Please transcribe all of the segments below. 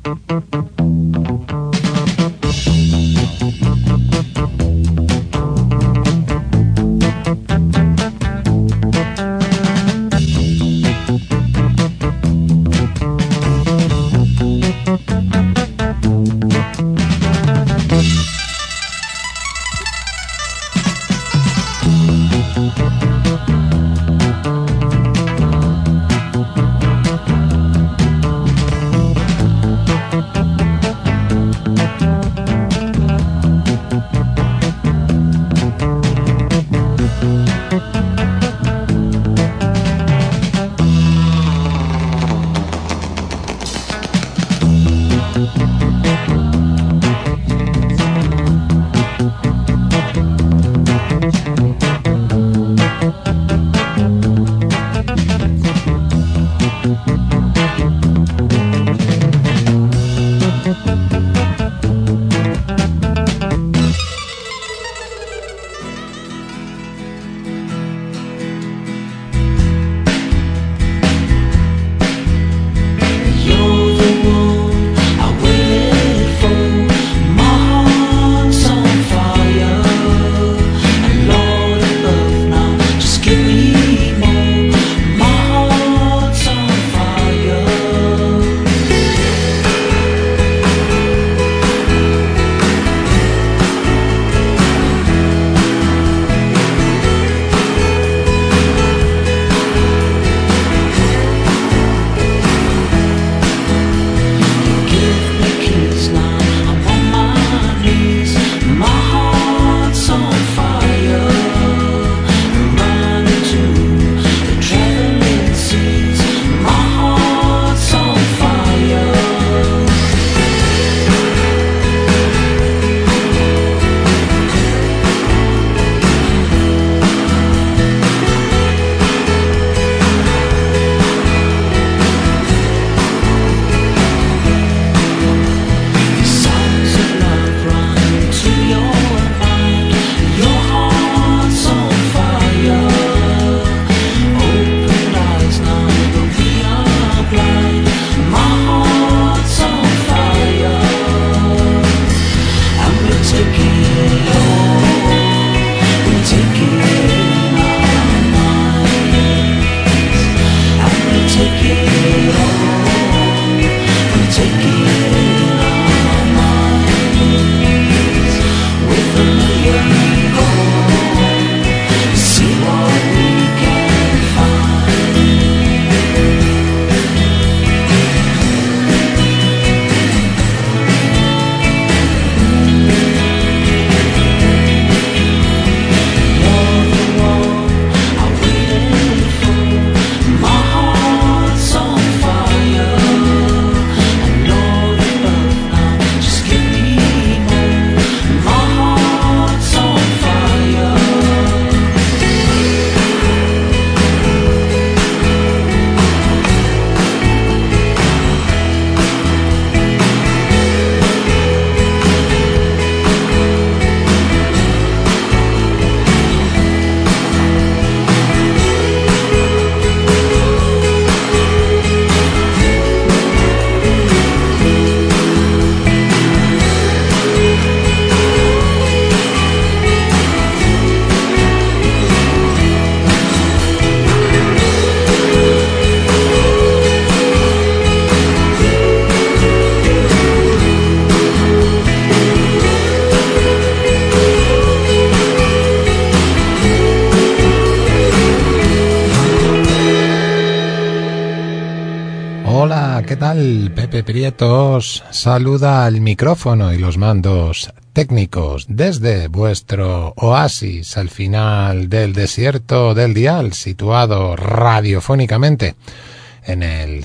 ¿qué tal? Pepe Prietos saluda al micrófono y los mandos técnicos desde vuestro oasis al final del desierto del dial, situado radiofónicamente en el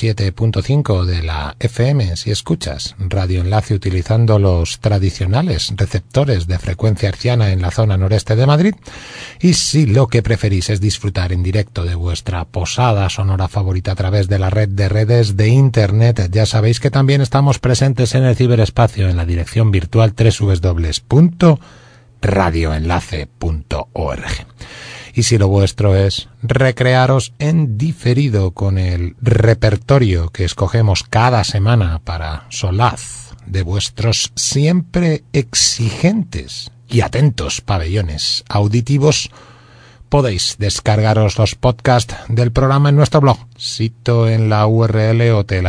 107.5 de la FM, si escuchas Radio Enlace utilizando los tradicionales receptores de frecuencia hertziana en la zona noreste de Madrid, y si lo que preferís es disfrutar en directo de vuestra posada sonora favorita a través de la red de redes de Internet, ya sabéis que también estamos presentes en el ciberespacio en la dirección virtual www.radioenlace.org. Y si lo vuestro es recrearos en diferido con el repertorio que escogemos cada semana para solaz de vuestros siempre exigentes y atentos pabellones auditivos, podéis descargaros los podcasts del programa en nuestro blog. Cito en la URL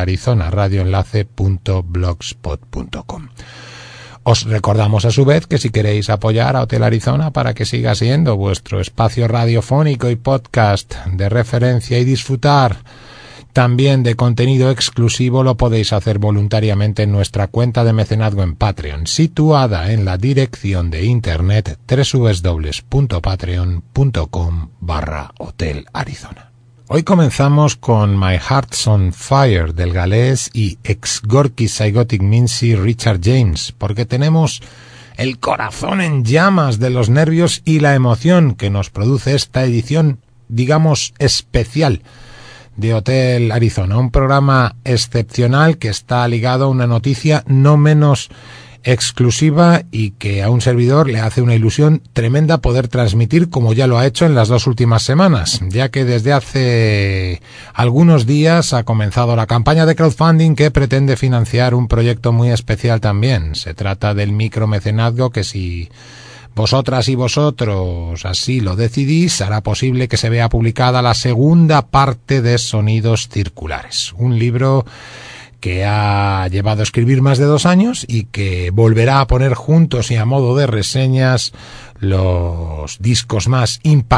hotelarizona.radioenlace.blogspot.com. Os recordamos a su vez que si queréis apoyar a Hotel Arizona para que siga siendo vuestro espacio radiofónico y podcast de referencia y disfrutar también de contenido exclusivo, lo podéis hacer voluntariamente en nuestra cuenta de mecenazgo en Patreon, situada en la dirección de internet www.patreon.com/Hotel Arizona. Hoy comenzamos con My Heart's on Fire del galés y ex Gorky Zygotic Mincy Richard James, porque tenemos el corazón en llamas de los nervios y la emoción que nos produce esta edición, digamos, especial de Hotel Arizona, un programa excepcional que está ligado a una noticia no menos exclusiva y que a un servidor le hace una ilusión tremenda poder transmitir, como ya lo ha hecho en las 2 últimas semanas, ya que desde hace algunos días ha comenzado la campaña de crowdfunding que pretende financiar un proyecto muy especial también. Se trata del micromecenazgo que, si vosotras y vosotros así lo decidís, hará posible que se vea publicada la segunda parte de Sonidos Circulares, un libro que ha llevado a escribir más de 2 años y que volverá a poner juntos y a modo de reseñas los discos más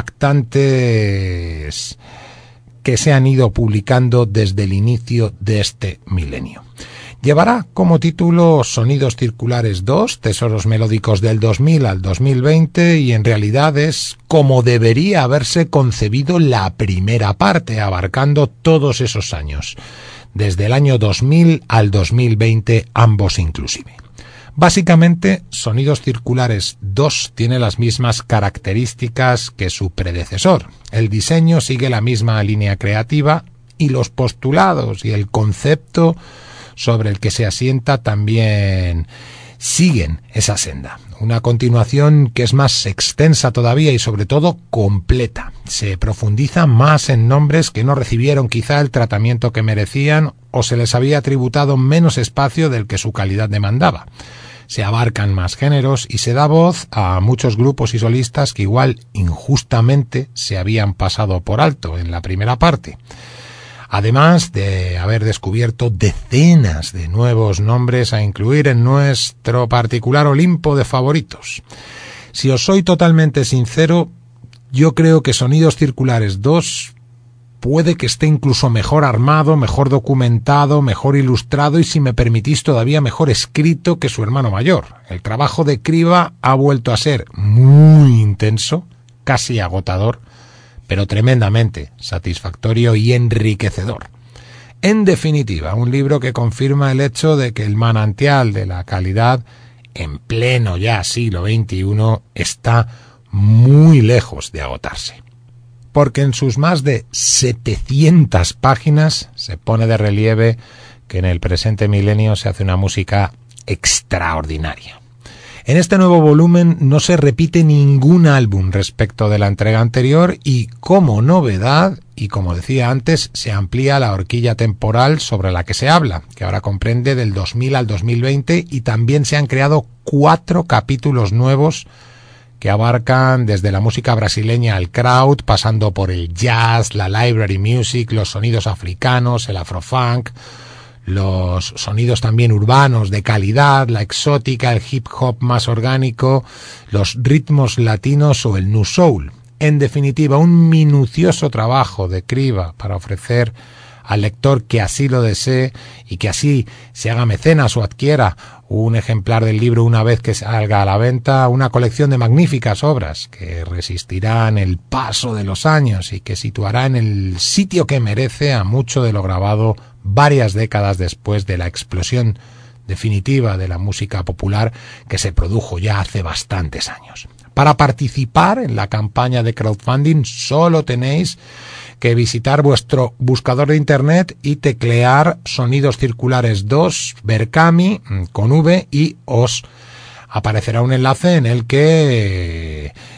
impactantes que se han ido publicando desde el inicio de este milenio. Llevará como título Sonidos Circulares 2, Tesoros Melódicos del 2000 al 2020, y en realidad es como debería haberse concebido la primera parte, abarcando todos esos años, desde el año 2000 al 2020, ambos inclusive. Básicamente, Sonidos Circulares 2 tiene las mismas características que su predecesor. El diseño sigue la misma línea creativa y los postulados y el concepto sobre el que se asienta también siguen esa senda. Una continuación que es más extensa todavía y sobre todo completa. Se profundiza más en nombres que no recibieron quizá el tratamiento que merecían o se les había tributado menos espacio del que su calidad demandaba. Se abarcan más géneros y se da voz a muchos grupos y solistas que igual injustamente se habían pasado por alto en la primera parte. Además de haber descubierto decenas de nuevos nombres a incluir en nuestro particular Olimpo de favoritos. Si os soy totalmente sincero, yo creo que Sonidos Circulares 2 puede que esté incluso mejor armado, mejor documentado, mejor ilustrado y, si me permitís, todavía mejor escrito que su hermano mayor. El trabajo de criba ha vuelto a ser muy intenso, casi agotador, pero tremendamente satisfactorio y enriquecedor. En definitiva, un libro que confirma el hecho de que el manantial de la calidad, en pleno ya siglo XXI, está muy lejos de agotarse. Porque en sus más de 700 páginas se pone de relieve que en el presente milenio se hace una música extraordinaria. En este nuevo volumen no se repite ningún álbum respecto de la entrega anterior y, como novedad, y como decía antes, se amplía la horquilla temporal sobre la que se habla, que ahora comprende del 2000 al 2020, y también se han creado 4 capítulos nuevos que abarcan desde la música brasileña al crowd, pasando por el jazz, la library music, los sonidos africanos, el afrofunk, los sonidos también urbanos de calidad, la exótica, el hip hop más orgánico, los ritmos latinos o el nu soul. En definitiva, un minucioso trabajo de criba para ofrecer al lector que así lo desee y que así se haga mecenas o adquiera un ejemplar del libro una vez que salga a la venta, una colección de magníficas obras que resistirán el paso de los años y que situará en el sitio que merece a mucho de lo grabado varias décadas después de la explosión definitiva de la música popular que se produjo ya hace bastantes años. Para participar en la campaña de crowdfunding solo tenéis que visitar vuestro buscador de internet y teclear Sonidos Circulares 2 Berkami con V y os aparecerá un enlace en el que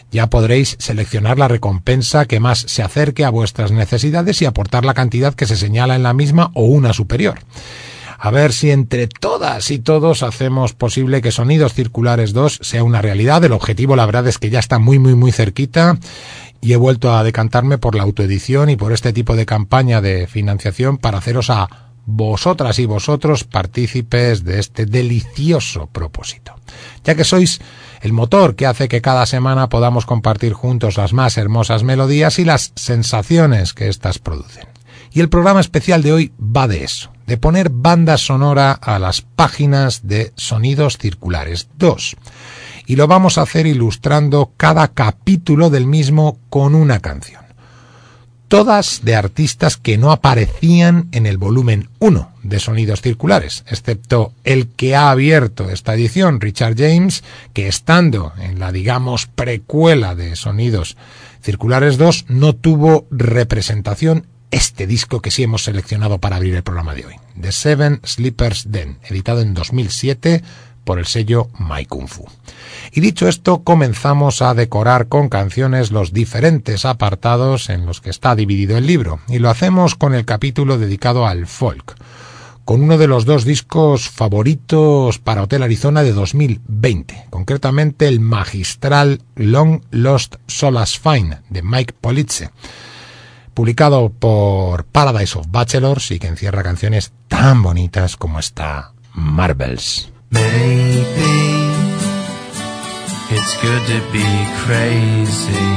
Ya podréis seleccionar la recompensa que más se acerque a vuestras necesidades y aportar la cantidad que se señala en la misma o una superior. A ver si entre todas y todos hacemos posible que Sonidos Circulares 2 sea una realidad. El objetivo, la verdad, es que ya está muy cerquita y he vuelto a decantarme por la autoedición y por este tipo de campaña de financiación para haceros a vosotras y vosotros partícipes de este delicioso propósito, ya que sois el motor que hace que cada semana podamos compartir juntos las más hermosas melodías y las sensaciones que éstas producen. Y el programa especial de hoy va de eso, de poner banda sonora a las páginas de Sonidos Circulares 2. Y lo vamos a hacer ilustrando cada capítulo del mismo con una canción. Todas de artistas que no aparecían en el volumen 1 de Sonidos Circulares, excepto el que ha abierto esta edición, Richard James, que estando en la, digamos, precuela de Sonidos Circulares 2, no tuvo representación este disco que sí hemos seleccionado para abrir el programa de hoy, The Seven Sleepers Den, editado en 2007 por el sello My Kung Fu. Y dicho esto, comenzamos a decorar con canciones los diferentes apartados en los que está dividido el libro, y lo hacemos con el capítulo dedicado al folk, con uno de los dos discos favoritos para Hotel Arizona de 2020, concretamente el magistral Long Lost Solace Find de Mike Polizzi, publicado por Paradise of Bachelors y que encierra canciones tan bonitas como esta Marbles. Maybe it's good to be crazy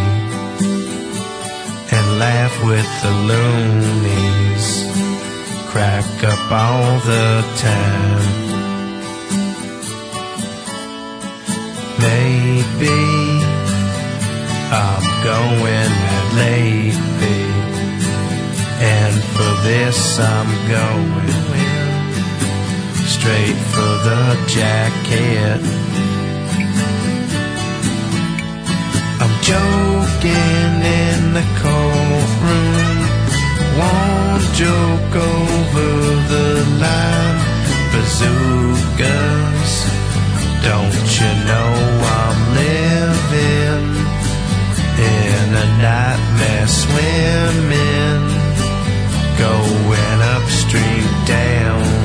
and laugh with the loonies, crack up all the time. Maybe I'm going that lately, and for this I'm going straight for the jacket. I'm joking in the courtroom, won't joke over the line. Bazookas, don't you know I'm living in a nightmare swimming, going upstream down.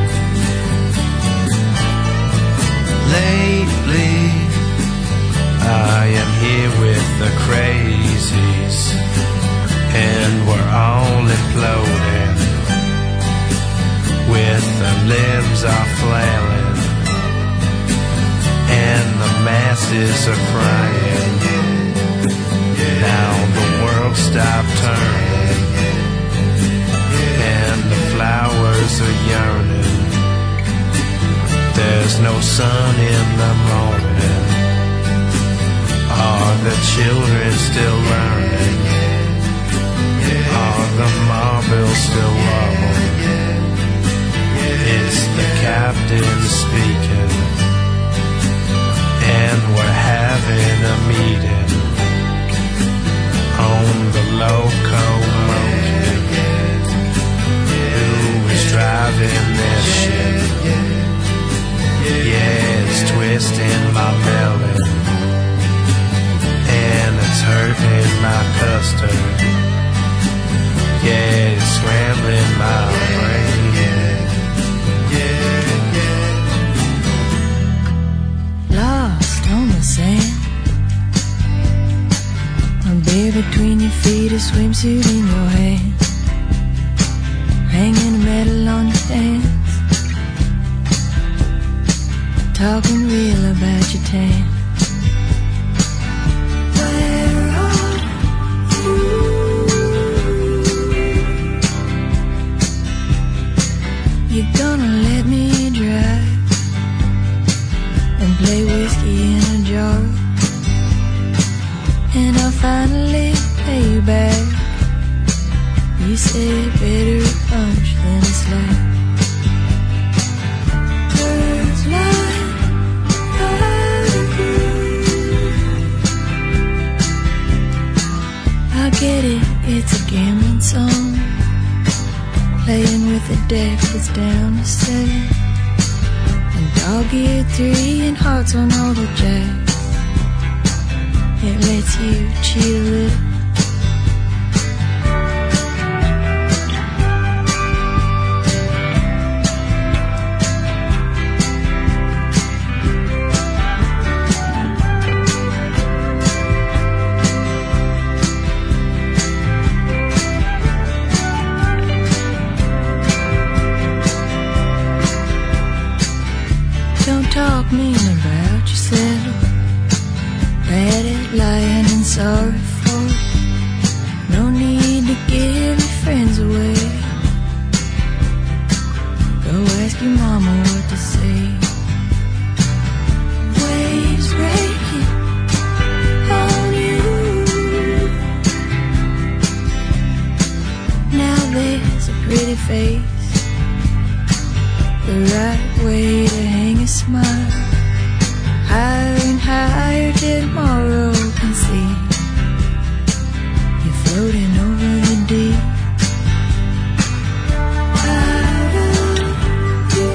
Lately, I am here with the crazies, and we're all imploding, with the limbs are flailing, and the masses are crying. Now the world stopped turning, and the flowers are yearning. There's no sun in the morning. Are the children still learning? Are the marbles still rolling? It's the captain speaking, and we're having a meeting on the locomotive. Who is driving this ship? Yeah, it's twisting my belly, and it's hurting my custard. Yeah, it's scrambling my brain. Lost on the sand, a beer between your feet, a swimsuit in your hand, hanging a medal on your dance. Talking real about your tan. Where are you? You gonna let me drive and play whiskey in a jar, and I'll finally pay you back. You said better a punch than a slap. Birds fly. I get it, it's a gambling song, playing with a deck that's down to 7, and dog-eared 3 and hearts on all the jacks. Yeah, lets you cheat a little. Talk mean about yourself, bad at lying and sorry for it. No need to give your friends away. Go ask your mama what to say. Waves breaking on you. Now there's a pretty face, the right way to hang a smile, higher and higher till tomorrow can see you floating over the deep. Out of you.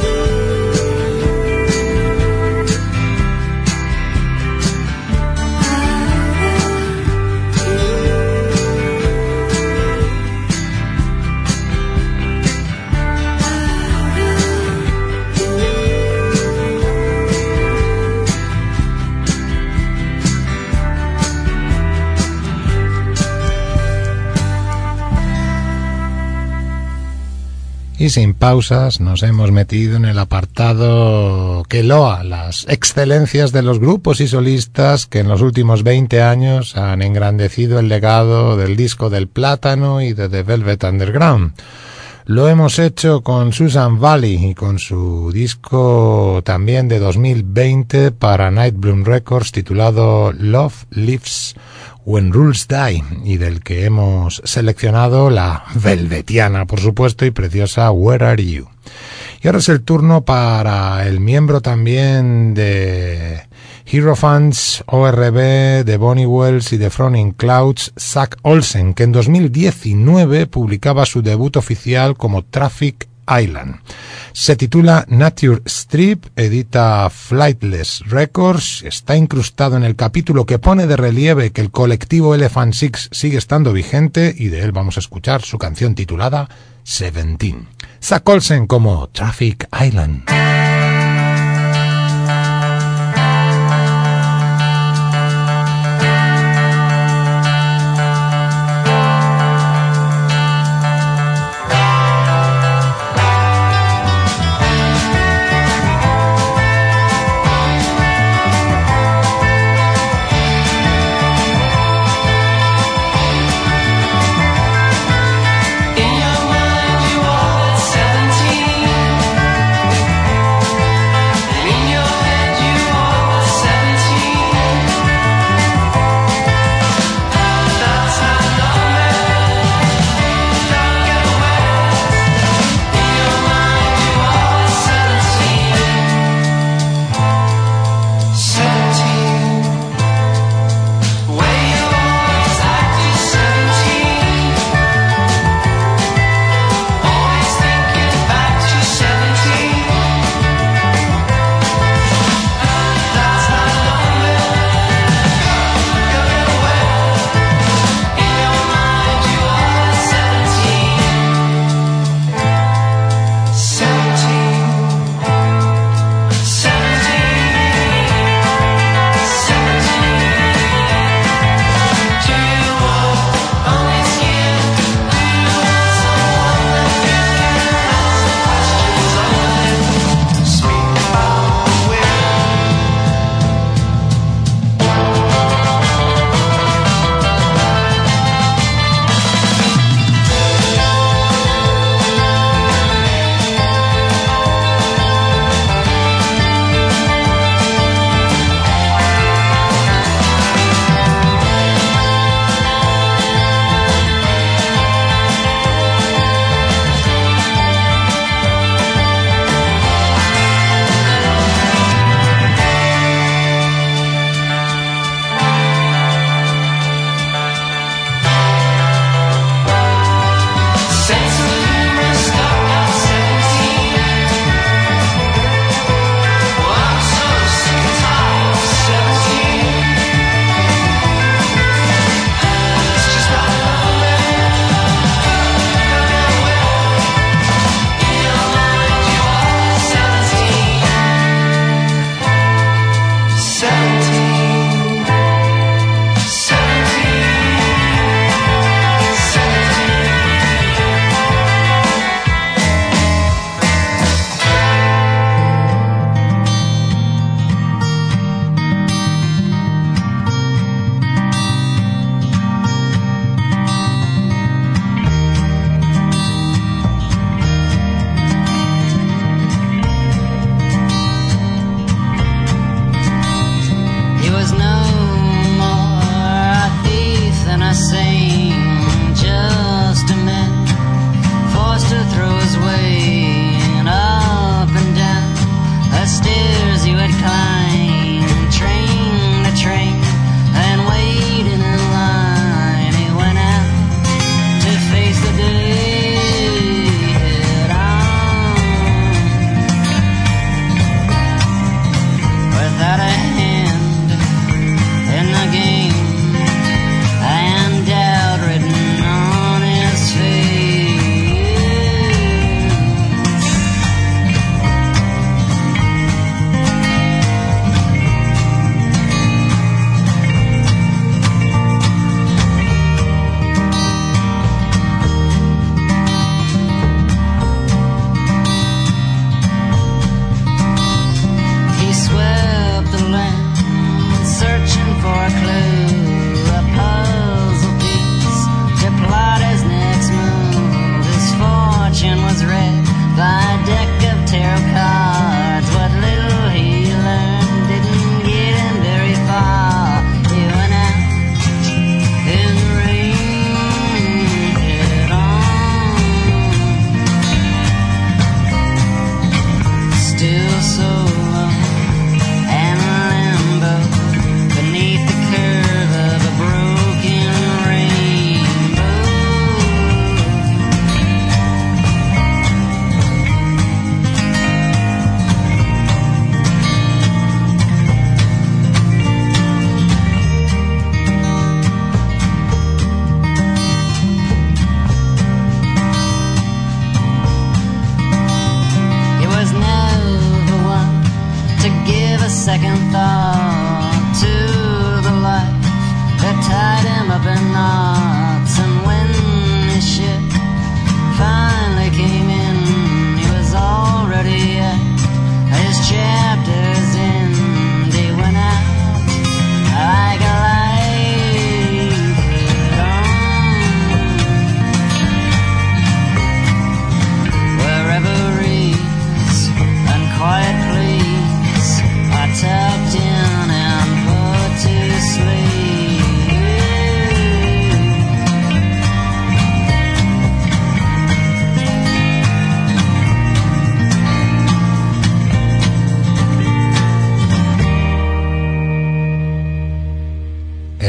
Y sin pausas nos hemos metido en el apartado que loa las excelencias de los grupos y solistas que en los últimos 20 años han engrandecido el legado del disco del Plátano y de The Velvet Underground. Lo hemos hecho con Susan Valley y con su disco también de 2020 para Nightbloom Records titulado Love Lives When Rules Die, y del que hemos seleccionado la velvetiana, por supuesto, y preciosa Where Are You. Y ahora es el turno para el miembro también de Hierophants, ORB, de Bonnie Wells y de Frowning Clouds, Zach Olsen, que en 2019 publicaba su debut oficial como Traffic Island. Se titula Nature Strip, edita Flightless Records, está incrustado en el capítulo que pone de relieve que el colectivo Elephant Six sigue estando vigente, y de él vamos a escuchar su canción titulada 17. Zach Olsen como Traffic Island. In your mind you are 17.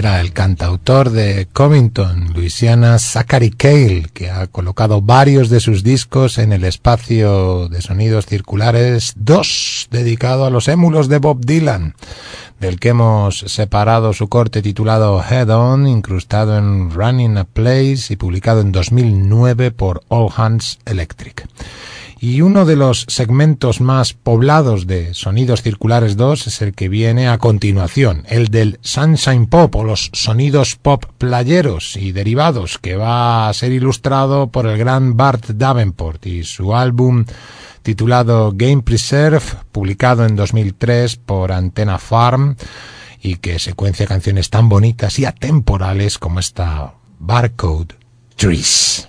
era el cantautor de Covington, Luisiana, Zachary Cale, que ha colocado varios de sus discos en el espacio de Sonidos Circulares 2, dedicado a los émulos de Bob Dylan, del que hemos separado su corte titulado Head On, incrustado en Running a Place y publicado en 2009 por All Hands Electric. Y uno de los segmentos más poblados de Sonidos Circulares 2 es el que viene a continuación, el del Sunshine Pop o los sonidos pop playeros y derivados, que va a ser ilustrado por el gran Bart Davenport y su álbum titulado Game Preserve, publicado en 2003 por Antenna Farm, y que secuencia canciones tan bonitas y atemporales como esta Barcode Trees.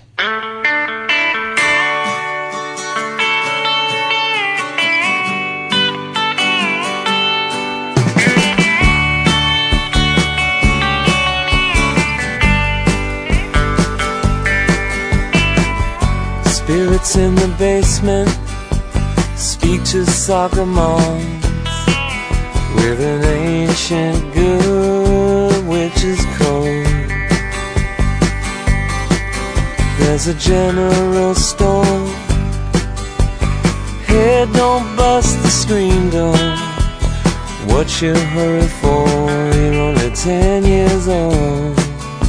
Spirits in the basement speak to soccer moms with an ancient good witch's code. There's a general store. Head, don't bust the screen door. What you hurry for? You're only 10 years old.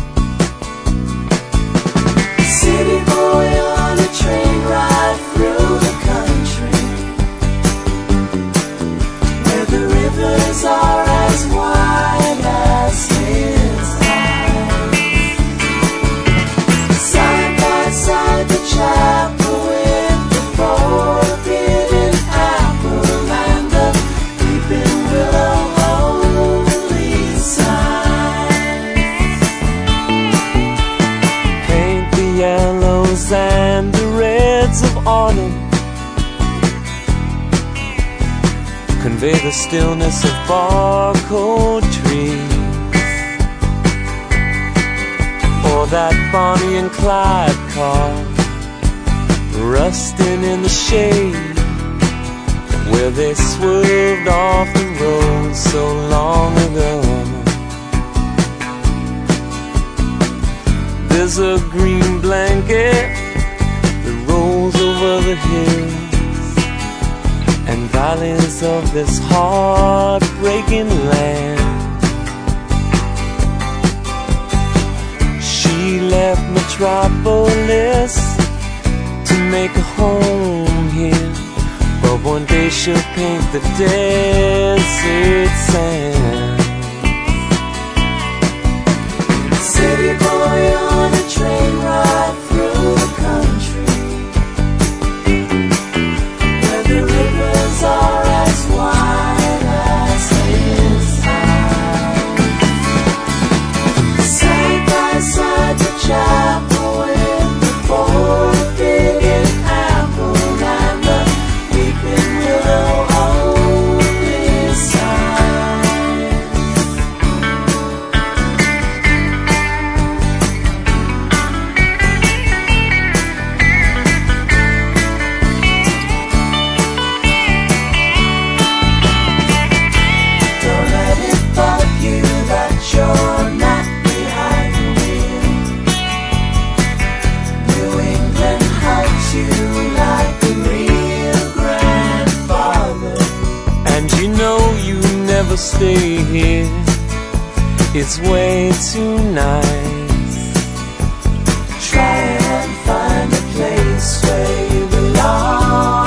City boy on a train ride through the country, where the rivers are as wide as his eyes. Side by side the chapel with the forbidden apple and the weeping willow holy sign. Paint the yellows and the reds of autumn, convey the stillness of barcode trees, or that Bonnie and Clyde car rusting in the shade, where they swerved off the road so long ago. There's a green blanket that rolls over the hills and valleys of this heartbreaking land. She left Metropolis to make a home here, but one day she'll paint the desert sand. City boy on a train ride through the country, where the rivers are as wide as his eyes. Side by side the chapel with the forbidden apple and the weeping willow only sign. Don't let it bug you that you're not behind the wheel. New England hugs you like a real grandfather, and you know you never stay here. It's way too nice. Try and find a place where you belong.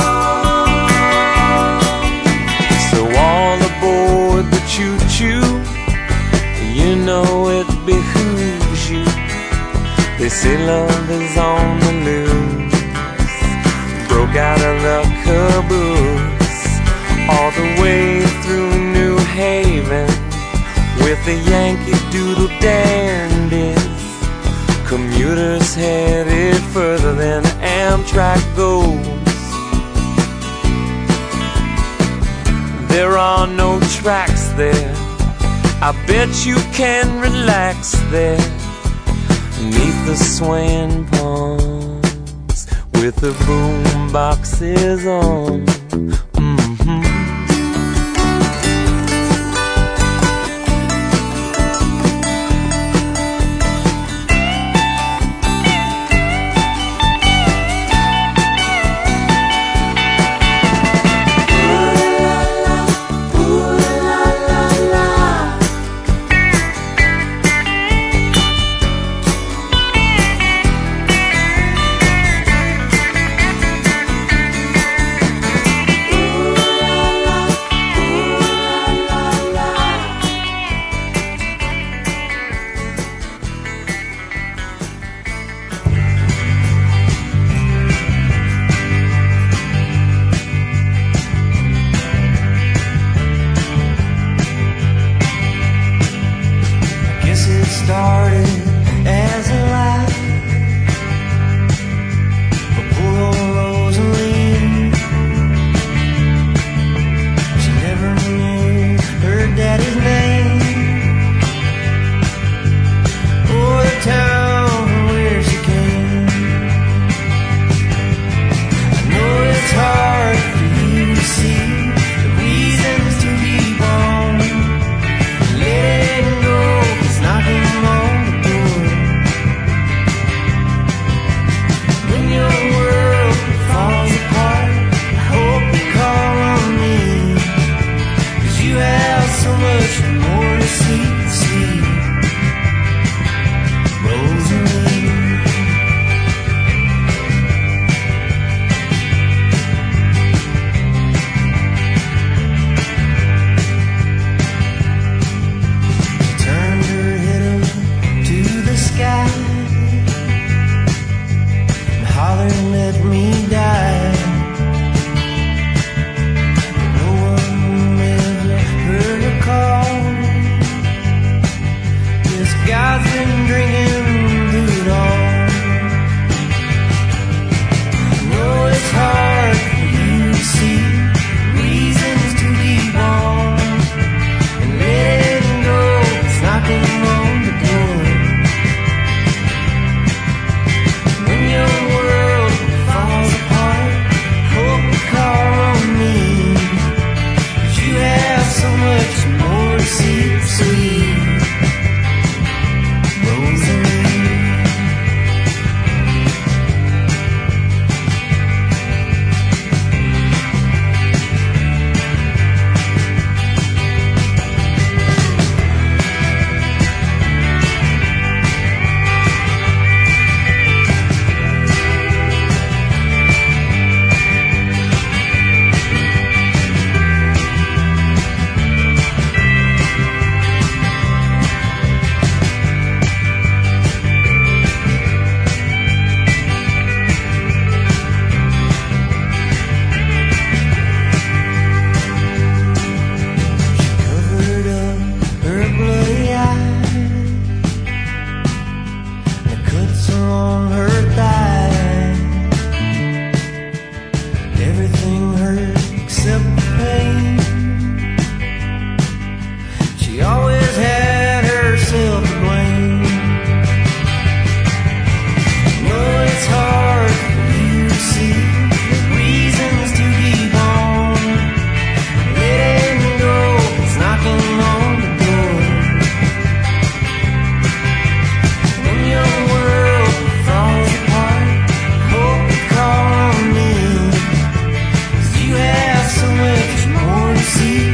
So all aboard the choo-choo, you know it behooves you. They say love is on the loose, broke out of the caboose, all the way through New Haven with the Yankee Doodle dandies. Commuters headed further than Amtrak goes. There are no tracks there, I bet you can relax there, neath the swaying palms with the boom boxes on.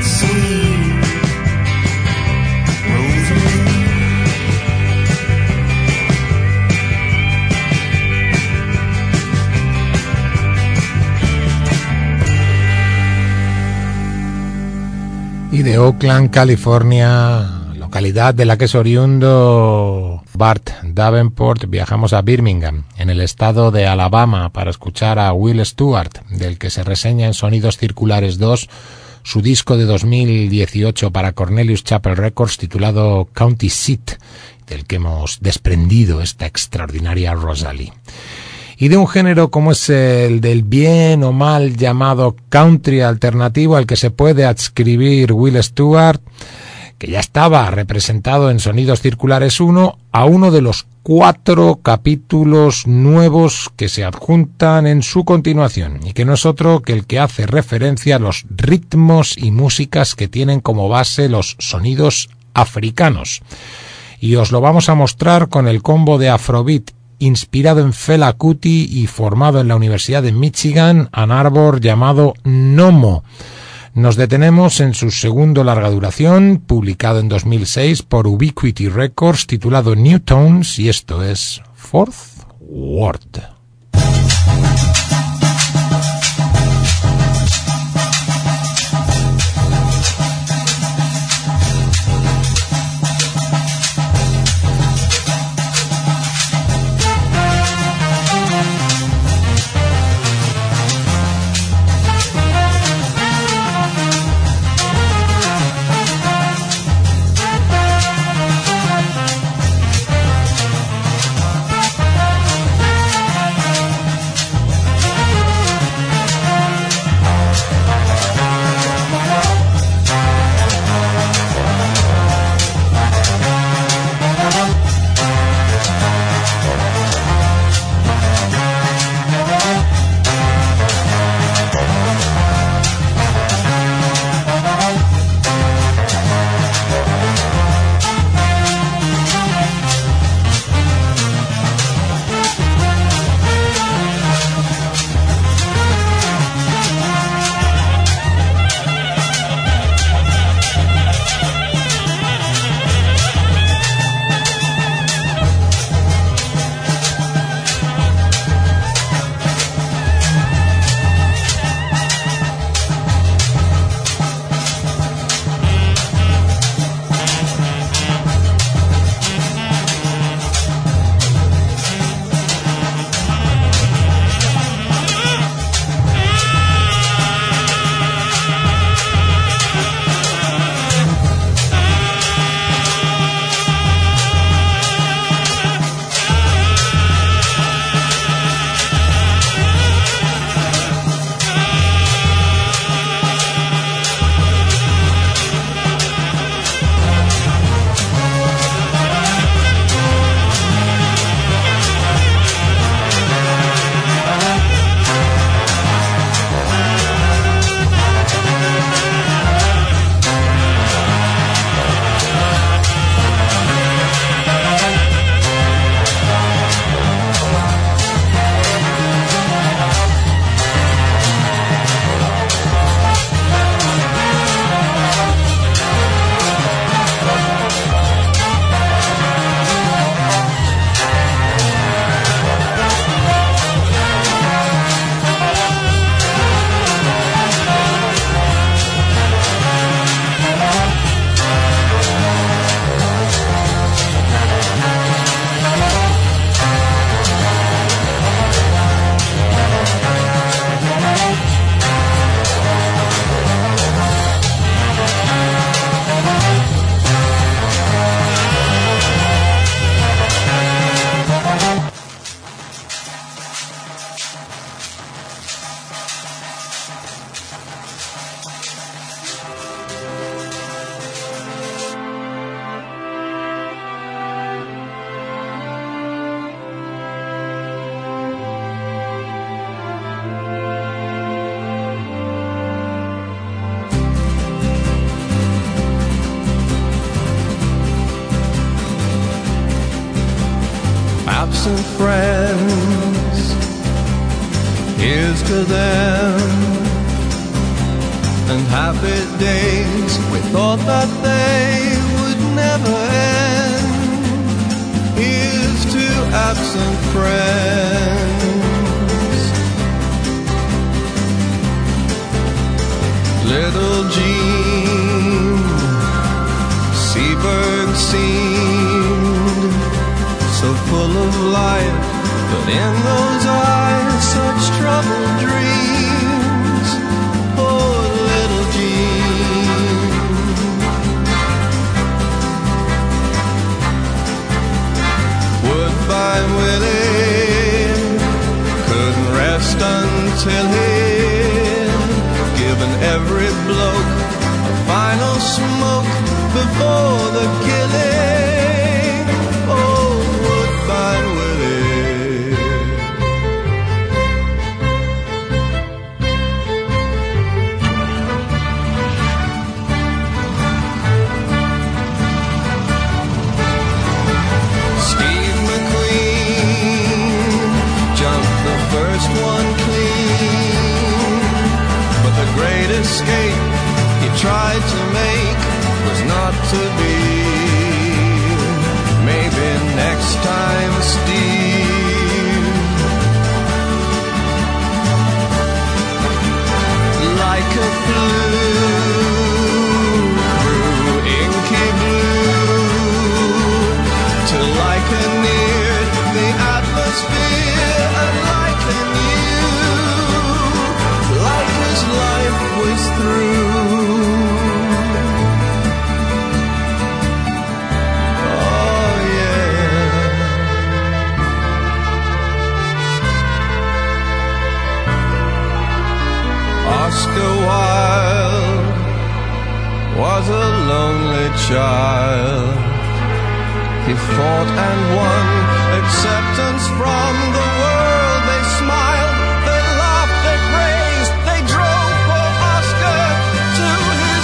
sweet Rosalie. Y de Oakland, California, localidad de la que es oriundo Bart Davenport, viajamos a Birmingham, en el estado de Alabama, para escuchar a Will Stewart, del que se reseña en Sonidos Circulares 2 su disco de 2018 para Cornelius Chapel Records titulado County Seat, del que hemos desprendido esta extraordinaria Rosalie. Y de un género como es el del bien o mal llamado country alternativo al que se puede adscribir Will Stewart, que ya estaba representado en Sonidos Circulares 1, a uno de los 4 capítulos nuevos que se adjuntan en su continuación, y que no es otro que el que hace referencia a los ritmos y músicas que tienen como base los sonidos africanos. Y os lo vamos a mostrar con el combo de Afrobeat inspirado en Fela Kuti y formado en la Universidad de Michigan, Ann Arbor, llamado Nomo. Nos detenemos en su segundo larga duración, publicado en 2006 por Ubiquity Records, titulado New Tones, y esto es Fourth Ward. absent friends. Here's to them and happy days we thought that they would never end. Here's to absent friends. Little Jean Seberg seemed so full of life, but in those eyes such troubled dreams. Poor little Jean. Woodbine Willie couldn't rest until he'd given every bloke a final smoke before the killing. Oh, Woodbine Willie. Steve McQueen jumped the first one clean, but the great escape he tried to make was not to be. Maybe next time, Steve. Like a flue through inky blue, till Lyca neared the atmosphere, and Lyca knew Lyca's life was through. Oscar Wilde was a lonely child. He fought and won acceptance from the world. They smiled, they laughed, they praised, they drove for Oscar to his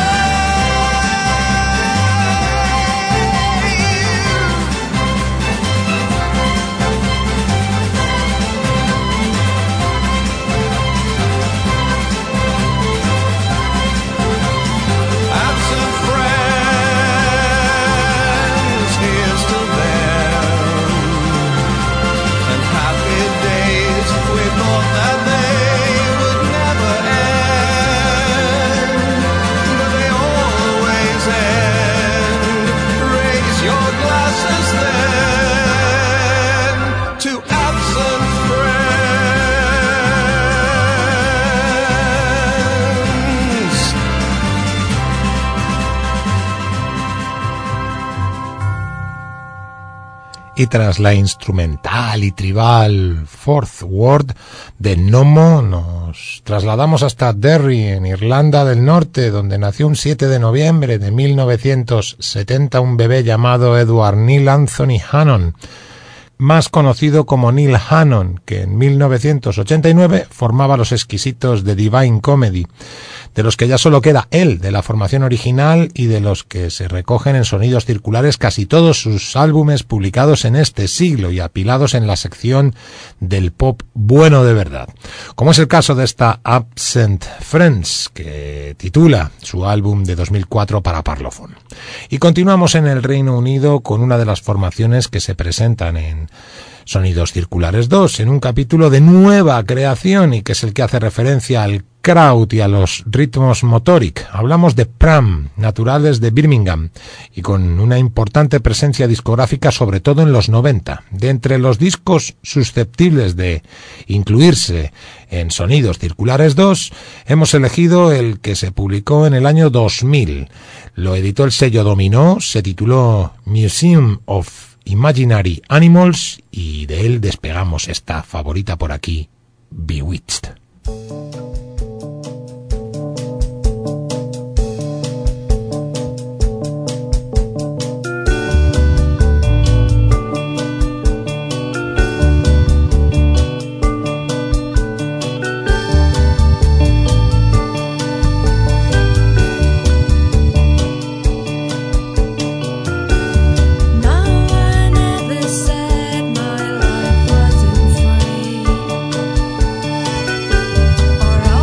Y tras la instrumental y tribal Fourth Ward de Nomo, nos trasladamos hasta Derry, en Irlanda del Norte, donde nació un 7 de noviembre de 1970 un bebé llamado Edward Neil Anthony Hannon, más conocido como Neil Hannon, que en 1989 formaba los exquisitos de Divine Comedy, de los que ya solo queda él, de la formación original, y de los que se recogen en Sonidos Circulares casi todos sus álbumes publicados en este siglo y apilados en la sección del pop bueno de verdad, como es el caso de esta Absent Friends, que titula su álbum de 2004 para Parlophone. Y continuamos en el Reino Unido con una de las formaciones que se presentan en Sonidos Circulares 2, en un capítulo de nueva creación, y que es el que hace referencia al kraut y a los ritmos motoric. Hablamos de Pram, naturales de Birmingham, y con una importante presencia discográfica sobre todo en los 90. De entre los discos susceptibles de incluirse en Sonidos Circulares 2, hemos elegido el que se publicó en el año 2000. Lo editó el sello Dominó, se tituló Museum of Imaginary Animals, y de él despegamos esta favorita por aquí, Bewitched. Or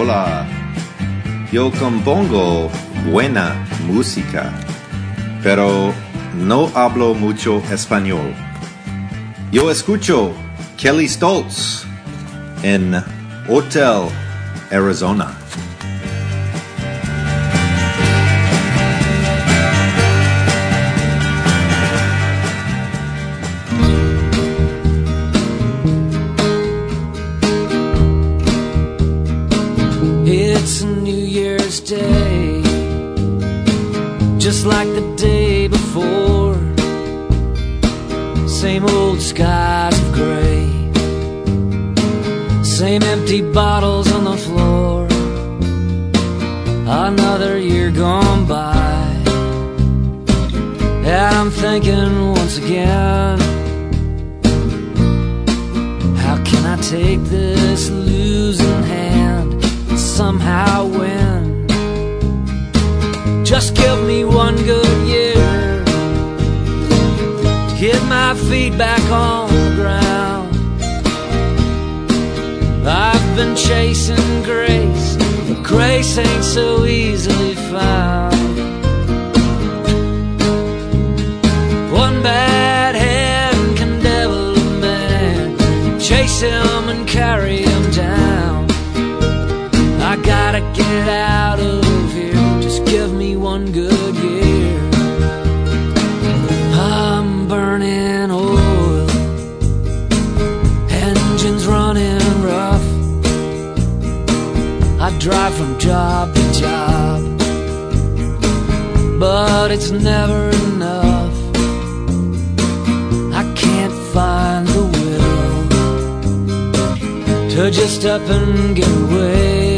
Hola. Yo compongo buena música, pero no hablo mucho español. Yo escucho Kelly Stoltz en Hotel Arizona. It's a New Year's Day, just like the day before. Same old skies of gray, same empty bottles on the floor. Another year gone by, and I'm thinking once again, how can I take this losing hand and somehow win? Just give me one good year to get my feet back on the ground. I've been chasing grace, but grace ain't so easily found. One bad hand can devil a man, chase him and carry him down. I gotta get out of here, just give me one good year. I'm burning oil, engines running rough. I drive from job to job, but it's never enough. I can't find the will to just up and get away.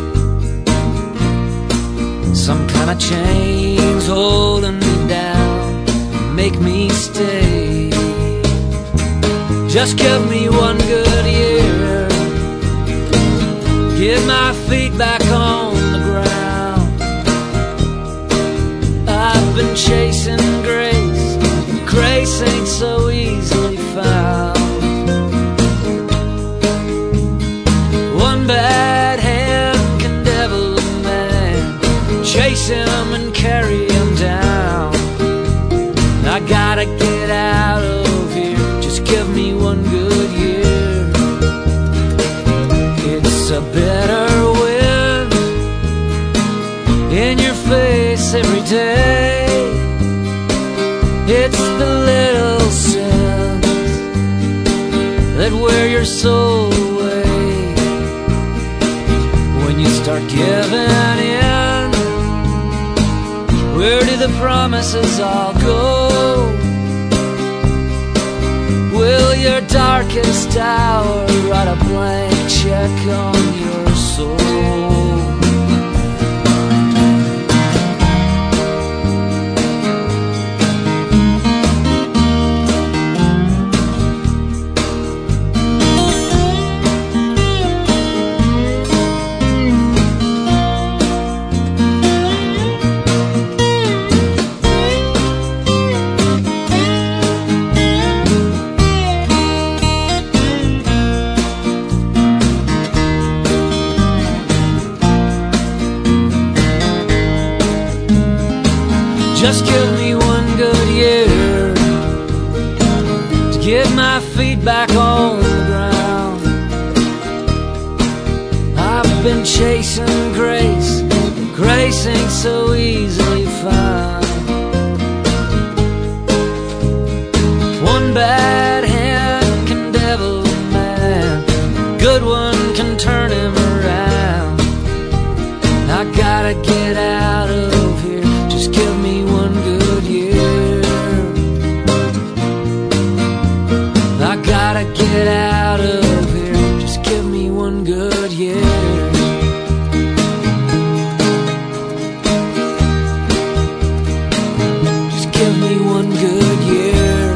Some kind of chains holding me down, make me stay. Just give me one good year, get my feet back on the ground. I've been chasing grace, grace ain't so easily found. One bad hand can devil a man, chase him and carry him down. I gotta get out of here, just give me one good year. It's a bitter wind in your face every day. It's the little sins that wear your soul away. When you start giving in, where do the promises all go? Will your darkest hour write a blank check on your soul? Just give me one good year to get my feet back on the ground. I've been chasing grace, grace ain't so easily found. One bad hand can devil a man, a good one can turn him around. I gotta get out of here, just give me one good year. I gotta get out of here, just give me one good year. Just give me one good year.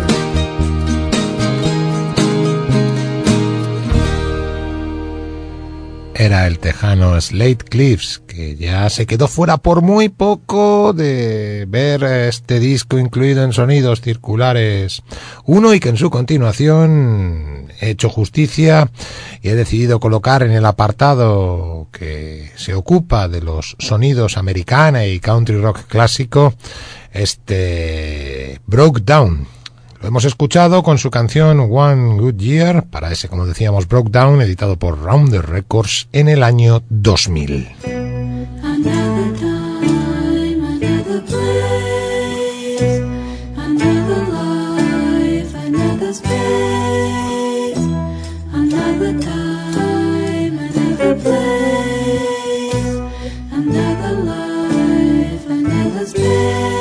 era el tejano Slade Cliffs, que ya se quedó fuera por muy poco de ver este disco incluido en Sonidos Circulares 1 y que en su continuación he hecho justicia y he decidido colocar en el apartado que se ocupa de los sonidos americana y country rock clásico este Broke Down. Lo hemos escuchado con su canción One Good Year, para ese, como decíamos, Broke Down, editado por Rounder Records en el año 2000. Another time, another place, another life, another space, another time, another place, another life, another space.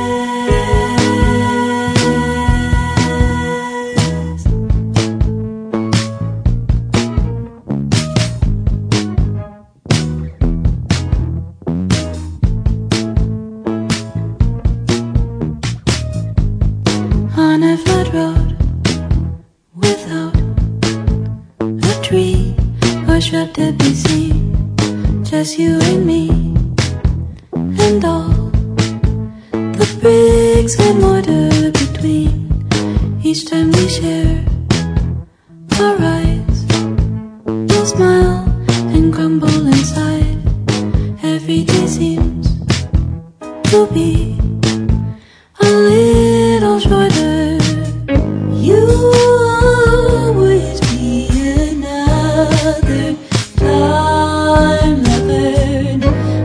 On a flat road without a tree or shrub to be seen, just you and me and all the bricks and mortar between. Each time we share our eyes, we'll smile and crumble inside. Every day seems to be a little shorter. You always be another time lover.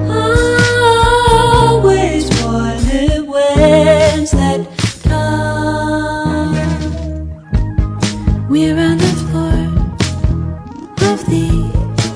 Always wonder when's that time. We're on the floor of the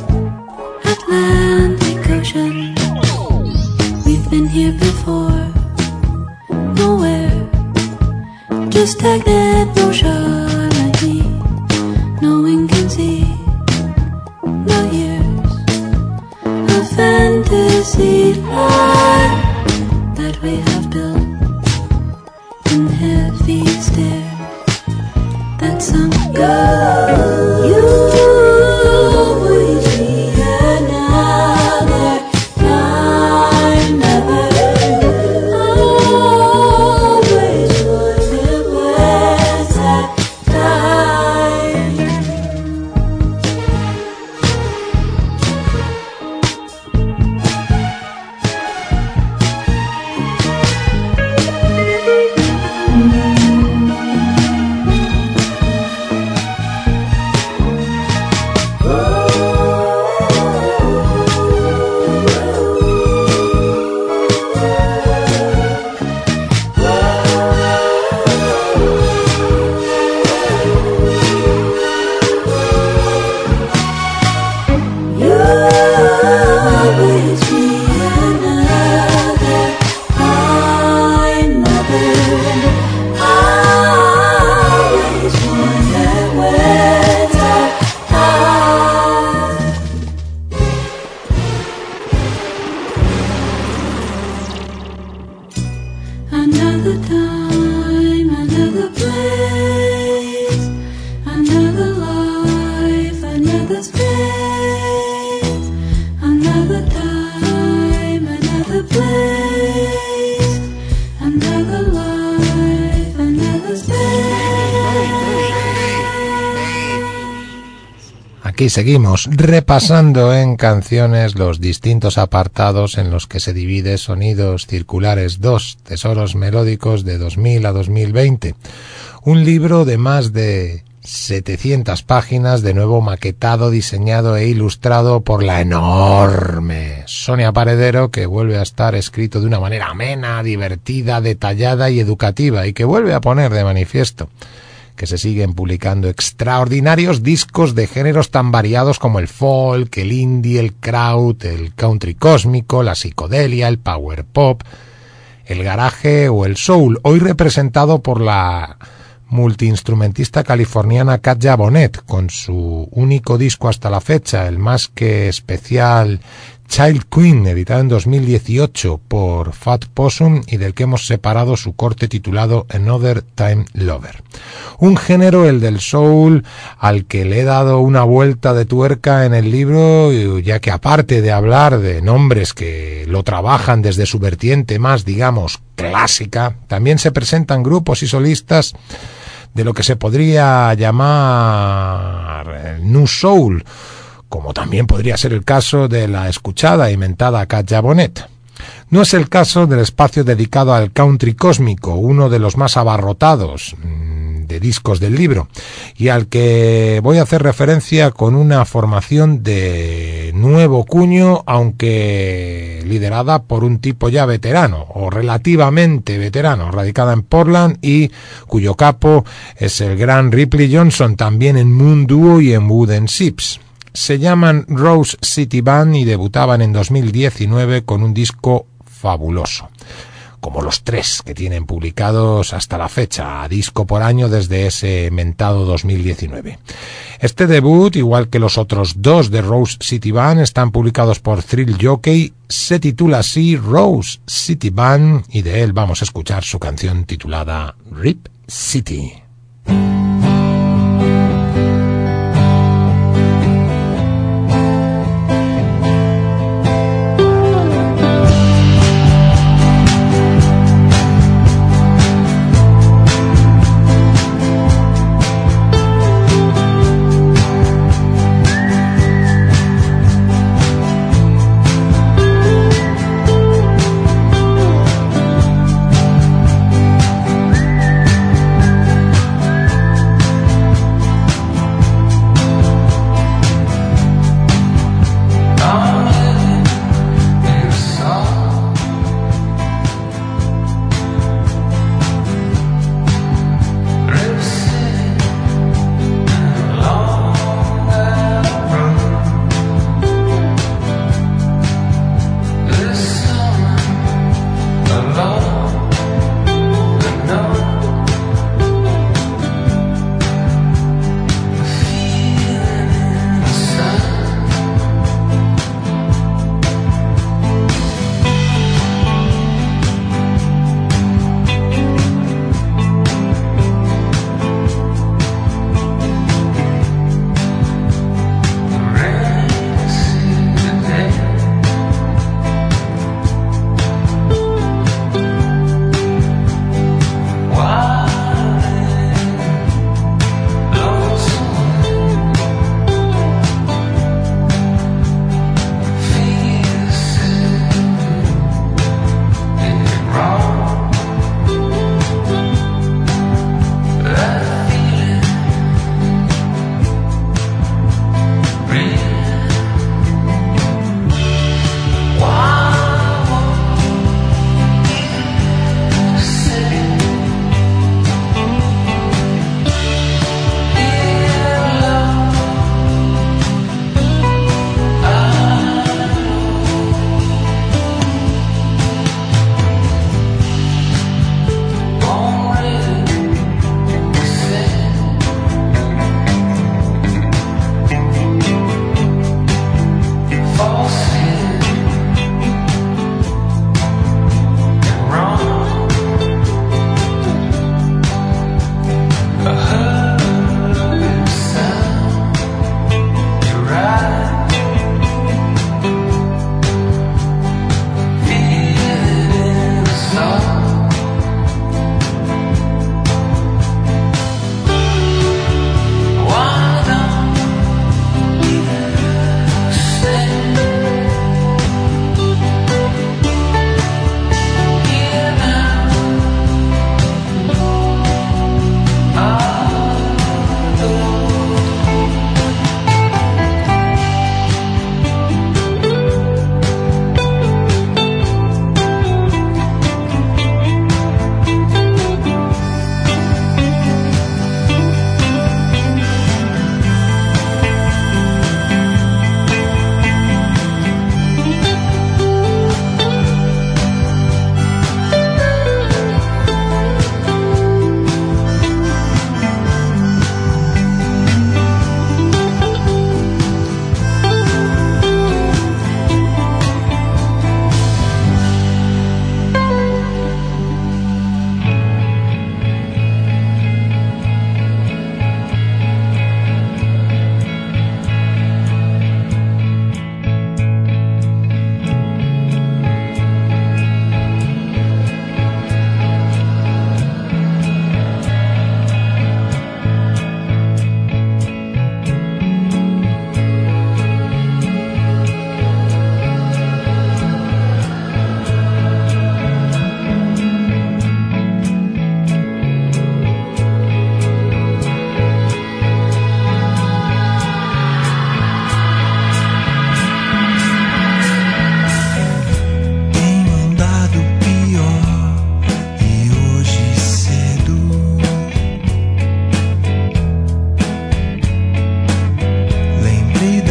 Atlantic Ocean. We've been here before. Nowhere, just stagnant motion like me. No one can see, no years, a fantasy life that we have built in heavy stairs that some go. You always be another time lover. Aquí seguimos repasando en canciones los distintos apartados en los que se divide Sonidos Circulares 2, Tesoros Melódicos de 2000 a 2020. Un libro de más de 700 páginas, de nuevo maquetado, diseñado e ilustrado por la enorme Sonia Paredero, que vuelve a estar escrito de una manera amena, divertida, detallada y educativa, y que vuelve a poner de manifiesto que se siguen publicando extraordinarios discos de géneros tan variados como el folk, el indie, el kraut, el country cósmico, la psicodelia, el power pop, el garaje o el soul, hoy representado por la multiinstrumentista californiana Katja Bonnet, con su único disco hasta la fecha, el más que especial Child Queen, editado en 2018 por Fat Possum y del que hemos separado su corte titulado Another Time Lover. Un género, el del soul, al que le he dado una vuelta de tuerca en el libro, ya que aparte de hablar de nombres que lo trabajan desde su vertiente más, digamos, clásica, también se presentan grupos y solistas de lo que se podría llamar New Soul, como también podría ser el caso de la escuchada y mentada Katja Bonnet. No es el caso del espacio dedicado al country cósmico, uno de los más abarrotados de discos del libro, y al que voy a hacer referencia con una formación de nuevo cuño, aunque liderada por un tipo ya veterano, o relativamente veterano, radicada en Portland y cuyo capo es el gran Ripley Johnson, también en Moon Duo y en Wooden Ships. Se llaman Rose City Band y debutaban en 2019 con un disco fabuloso, como los 3 que tienen publicados hasta la fecha, a disco por año desde ese mentado 2019. Este debut, igual que los otros 2 de Rose City Band, están publicados por Thrill Jockey, se titula así Rose City Band y de él vamos a escuchar su canción titulada Rip City.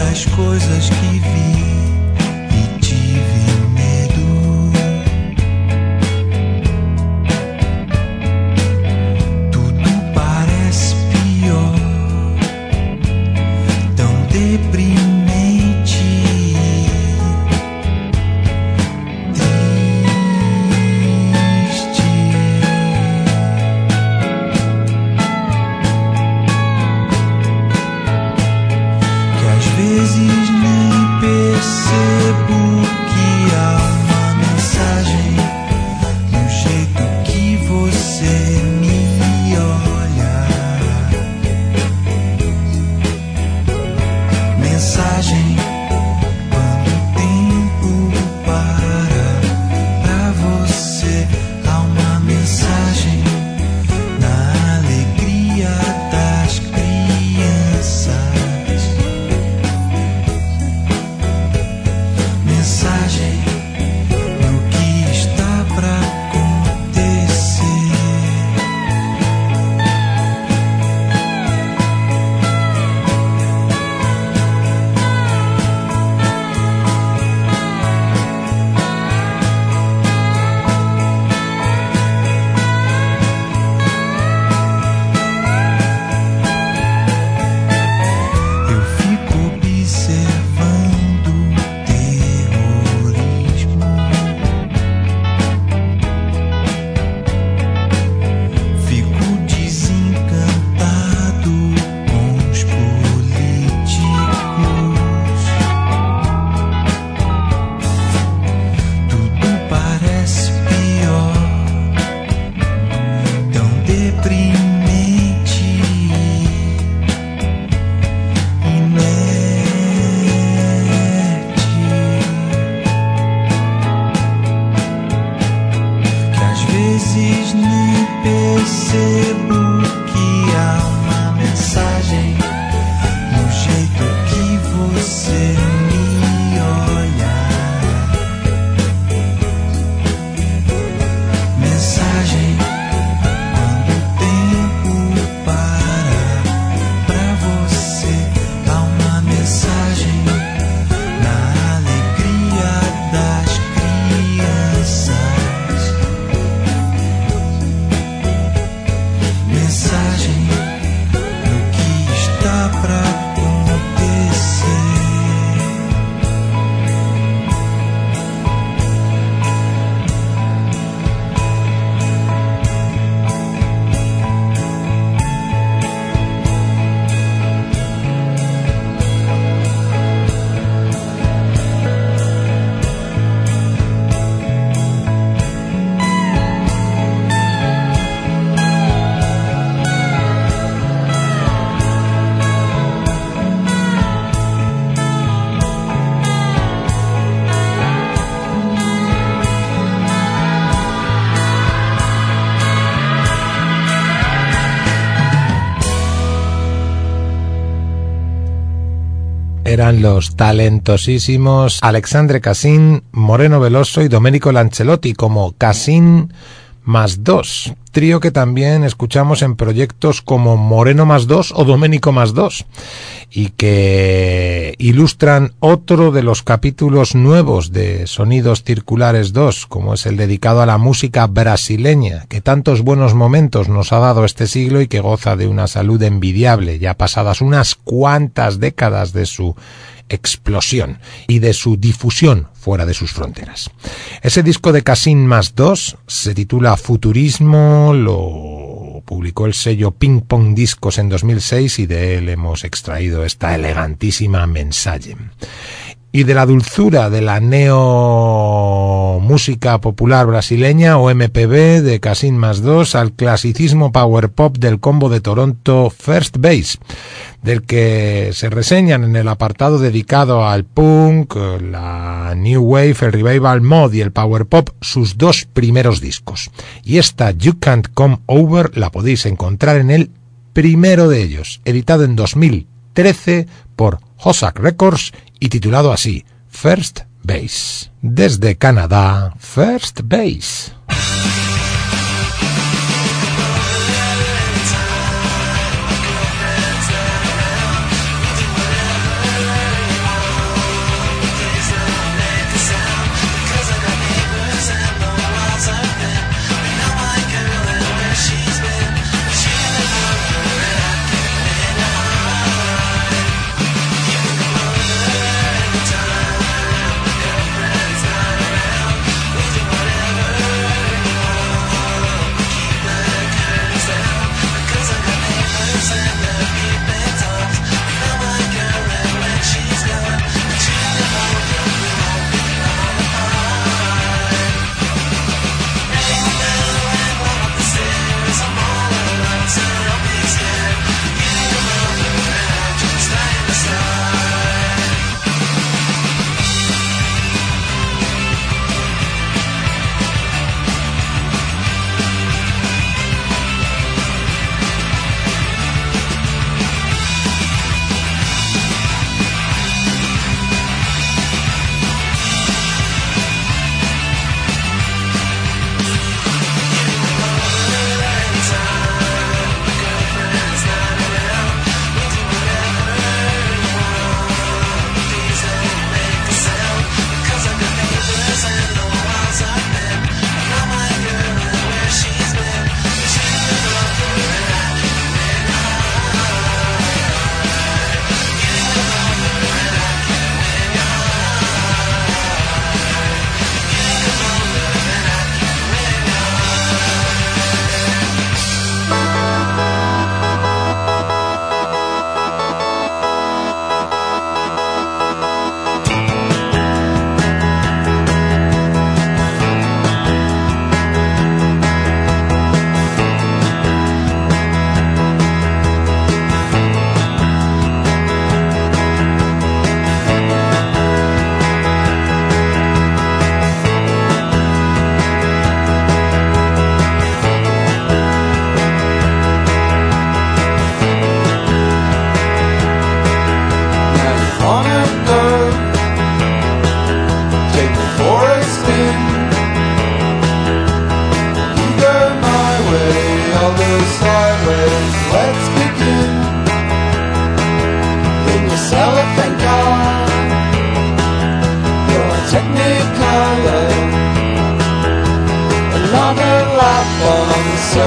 das coisas que vi e tive medo. Tudo parece pior, tão deprimente. Eran los talentosísimos Alexandre Cassin, Moreno Veloso y Domenico Lancelotti como Cassin más 2, trío que también escuchamos en proyectos como Moreno más 2 o Domenico más 2 y que ilustran otro de los capítulos nuevos de Sonidos Circulares 2, como es el dedicado a la música brasileña, que tantos buenos momentos nos ha dado este siglo y que goza de una salud envidiable, ya pasadas unas cuantas décadas de su explosión y de su difusión fuera de sus fronteras. Ese disco de Cassin más 2 se titula Futurismo, lo publicó el sello Ping Pong Discos en 2006 y de él hemos extraído esta elegantísima Mensaje. Y de la dulzura de la música popular brasileña o MPB de Cassin más 2 al clasicismo power pop del combo de Toronto First Base, del que se reseñan en el apartado dedicado al punk, la new wave, el revival mod y el power pop sus dos primeros discos. Y esta You Can't Come Over la podéis encontrar en el primero de ellos, editado en 2013 por Hossack Records y titulado así, First Base. Desde Canadá, First Base.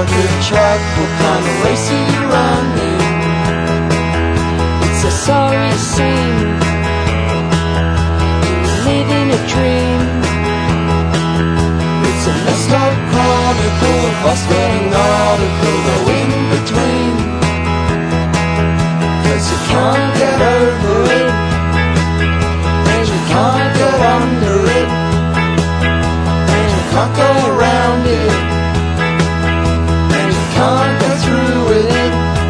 good truck will come and race you around me. It's a sorry scene, living a dream. It's a messed up chronicle, a frustrating article, no in between. 'Cause you can't get over it, and you can't get under it, and you can't go around it, and you can't go through with it.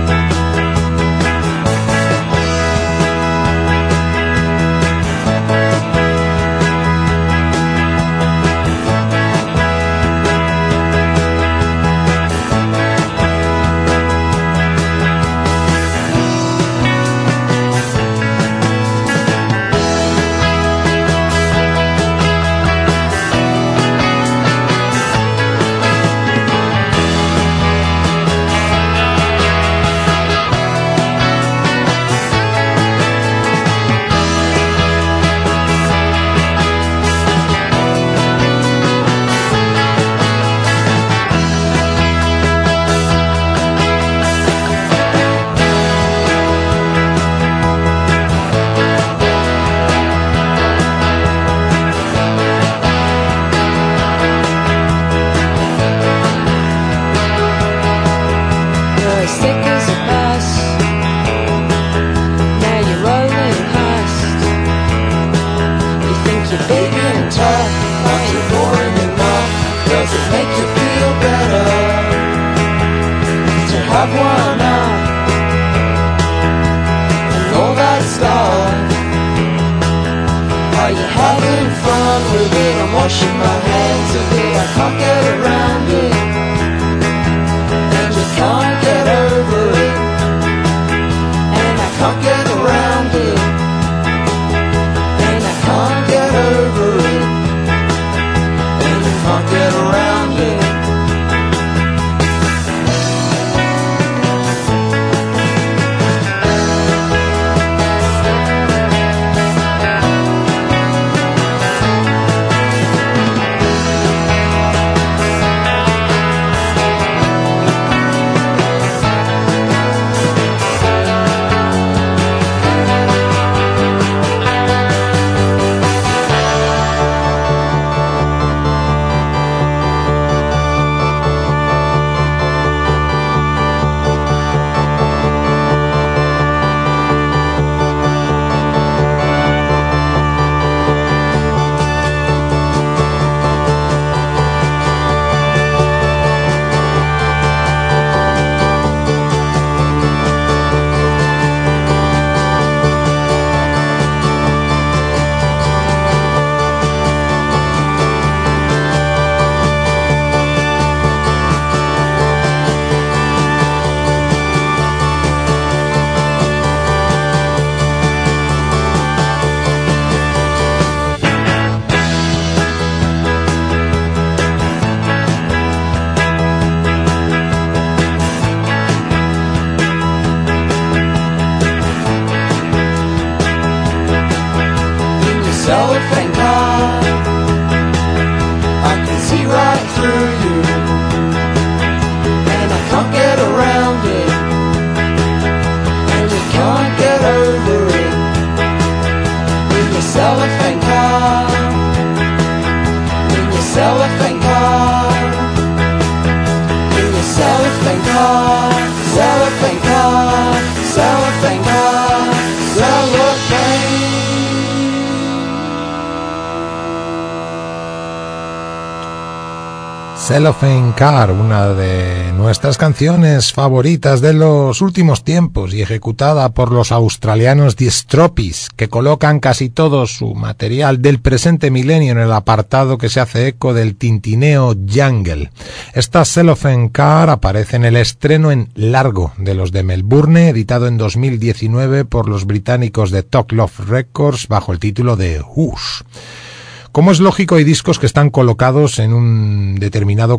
Cellophane Car, una de nuestras canciones favoritas de los últimos tiempos y ejecutada por los australianos The Stropis, que colocan casi todo su material del presente milenio en el apartado que se hace eco del tintineo jungle. Esta Cellophane Car aparece en el estreno en largo de los de Melbourne, editado en 2019 por los británicos de Talk Love Records bajo el título de Whoosh. Como es lógico, hay discos que están colocados en un determinado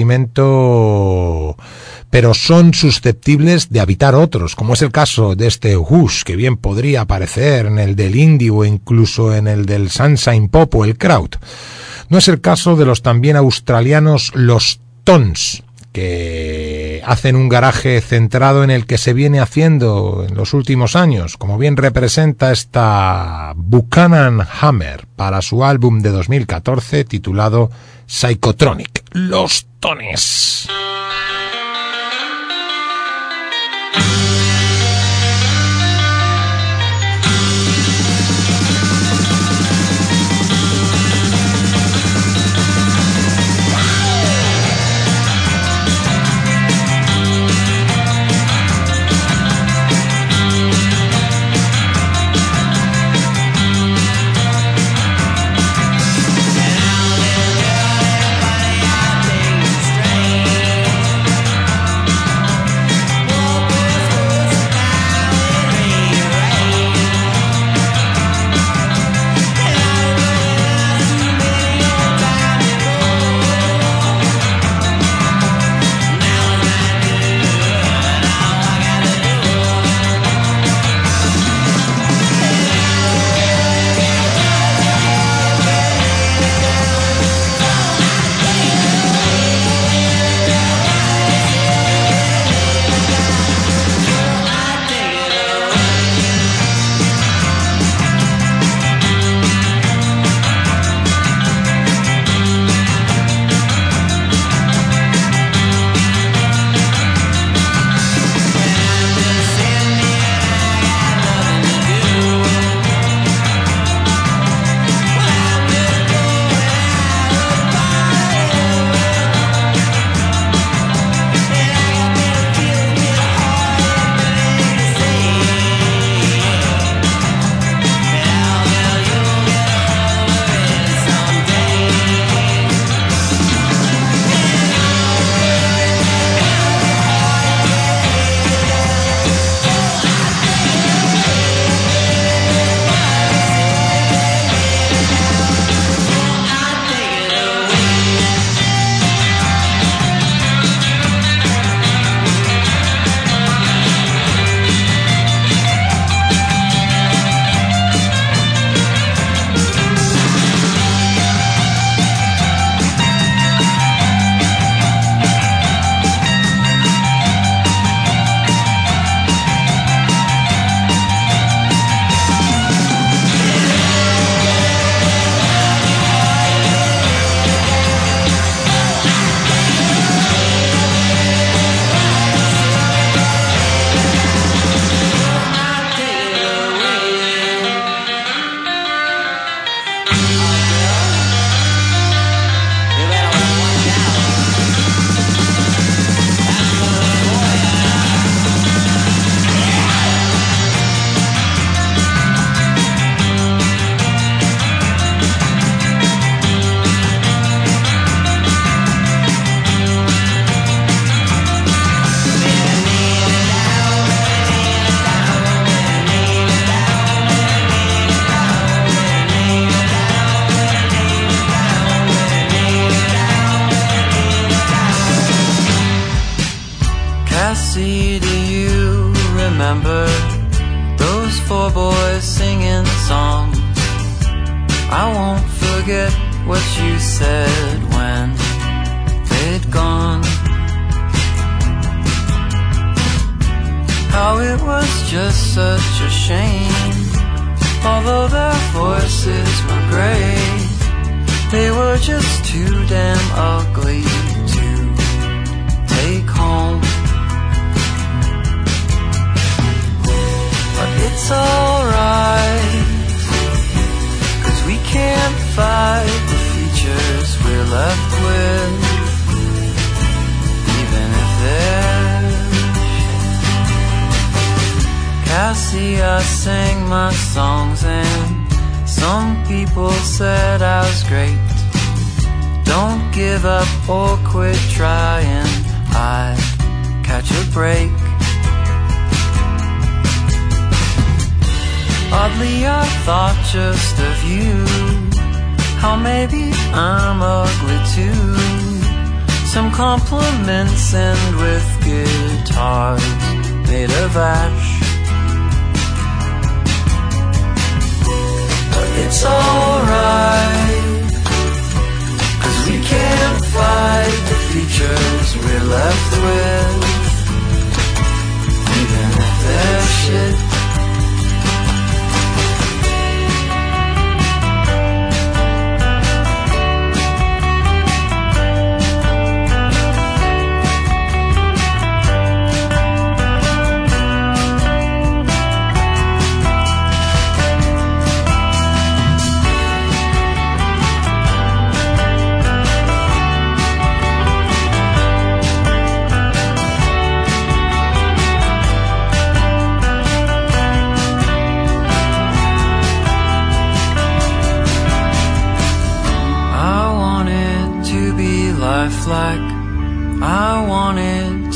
compartimento, pero son susceptibles de habitar otros, como es el caso de este Whoosh, que bien podría aparecer en el del indie o incluso en el del Sunshine Pop o el Kraut. No es el caso de los también australianos Los Tones, que hacen un garaje centrado en el que se viene haciendo en los últimos años, como bien representa esta Buchanan Hammer para su álbum de 2014 titulado Psychotronic, Los Tones. Cassie, do you remember those four boys singing songs? I won't forget what you said when they'd gone. How it was just such a shame. Although their voices were great, they were just too damn ugly to take home. But it's alright, 'cause we can't fight the features we're left with, even if they're Cassie, I sang my songs and some people said I was great. Don't give up or quit trying, I'd catch a break. Oddly I thought just of you, how maybe I'm ugly too. Some compliments end with guitars made of ash. It's alright, 'cause we can't fight the features we're left with,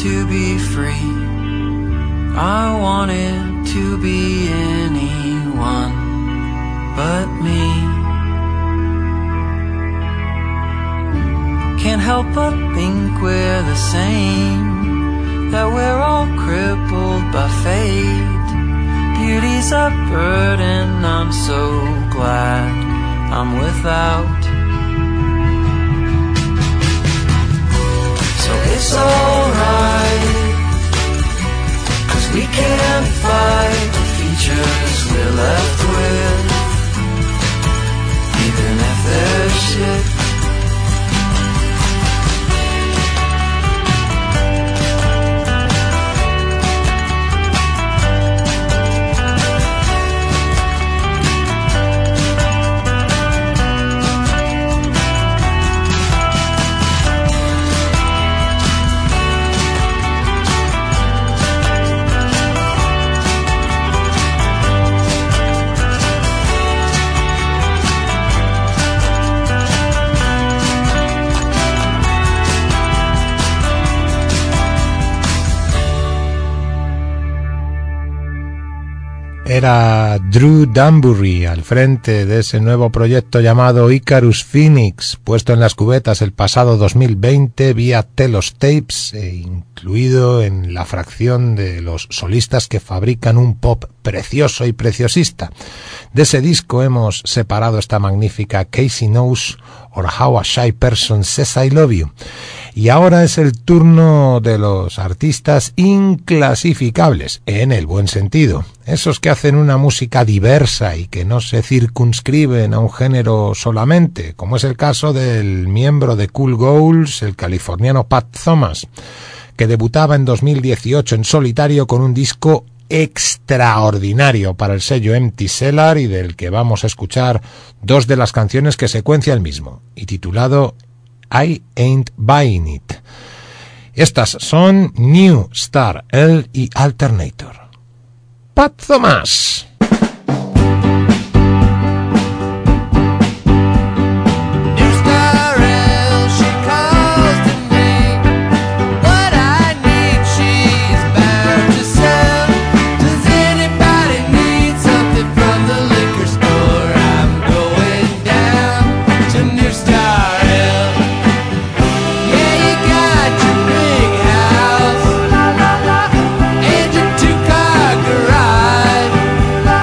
to be free. I wanted to be anyone but me. Can't help but think we're the same, that we're all crippled by fate. Beauty's a burden, I'm so glad I'm without. So it's alright, 'cause we can't fight the features we're left with, even if they're shit. Era Drew Danbury al frente de ese nuevo proyecto llamado Icarus Phoenix, puesto en las cubetas el pasado 2020 vía Telos Tapes e incluido en la fracción de los solistas que fabrican un pop precioso y preciosista. De ese disco hemos separado esta magnífica Casey Knows or How a Shy Person Says I Love You. Y ahora es el turno de los artistas inclasificables, en el buen sentido. Esos que hacen una música diversa y que no se circunscriben a un género solamente, como es el caso del miembro de Cool Goals, el californiano Pat Thomas, que debutaba en 2018 en solitario con un disco extraordinario para el sello Empty Cellar y del que vamos a escuchar dos de las canciones que secuencia el mismo, y titulado I Ain't Buying It. Estas son New Star L y Alternator. Pat Thomas. Garage.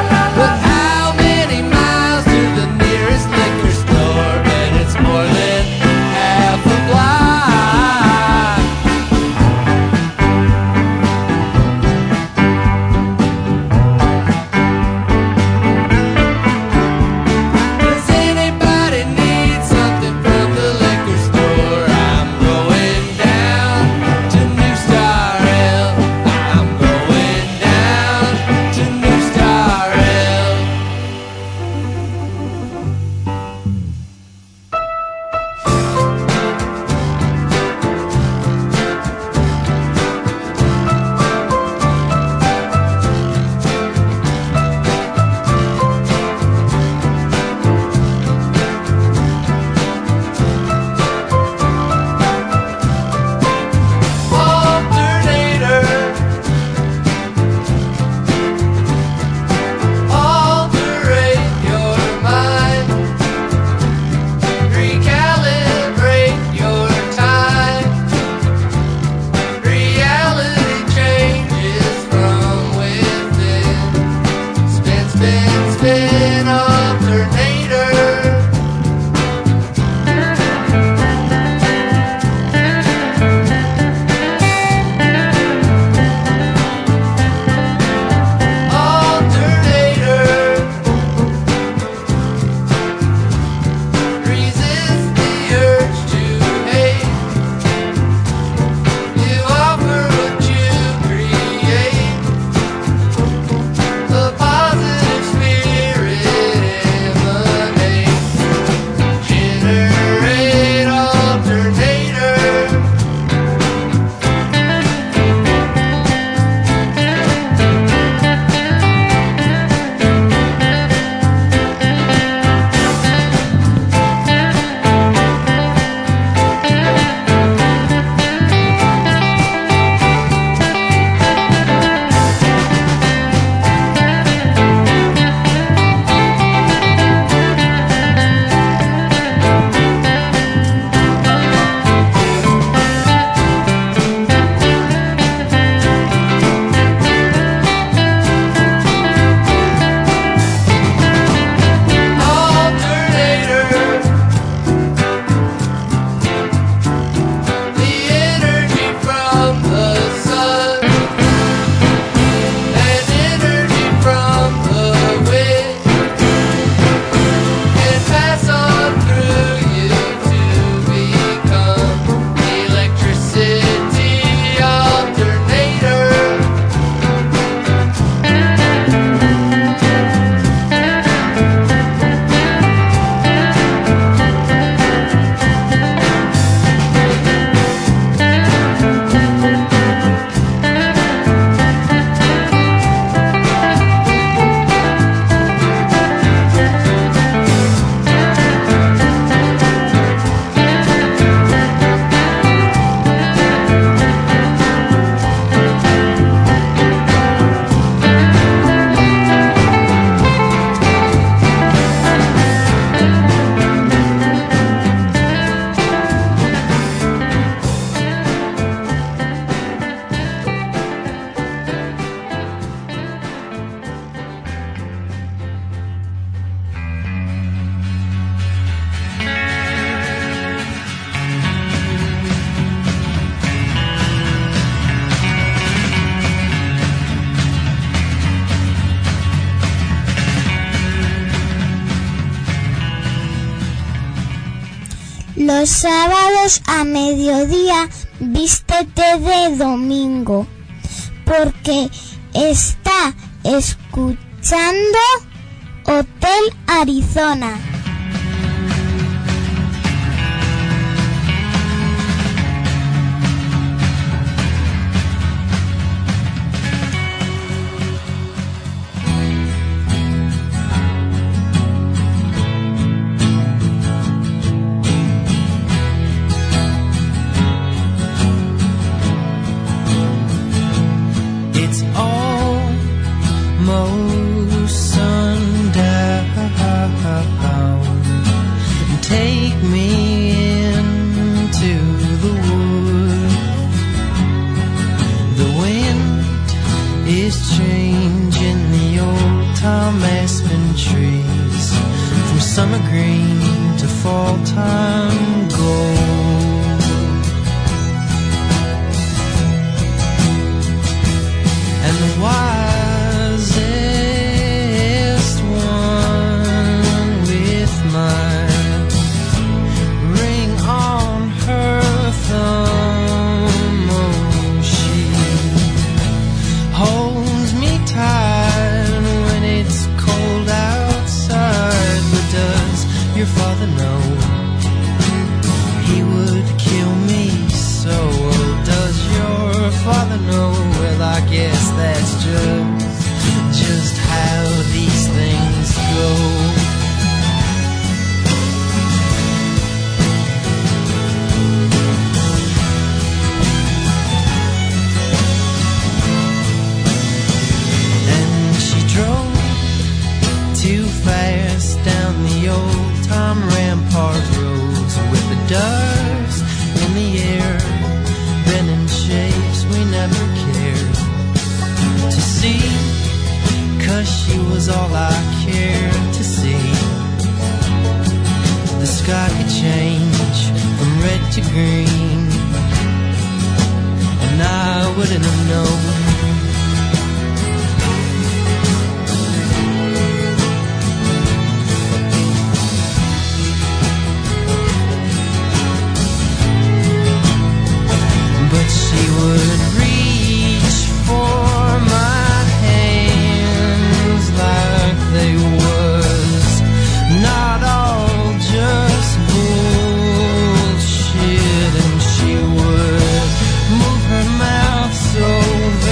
Los sábados a mediodía vístete de domingo, porque está escuchando Hotel Arizona. Take me into the wood. The wind is changing the old time aspen trees from summer green to fall time gold. And the wisest one with mine your father know he would kill me so? Does your father know? Well, I guess that's just how these things go. And she drove too fast down the old Rampart roads with the dust in the air, bending shapes we never cared to see, 'cause she was all I cared to see. The sky could change from red to green, and I wouldn't have known. She would reach for my hands like they was not all just bullshit, and she would move her mouth so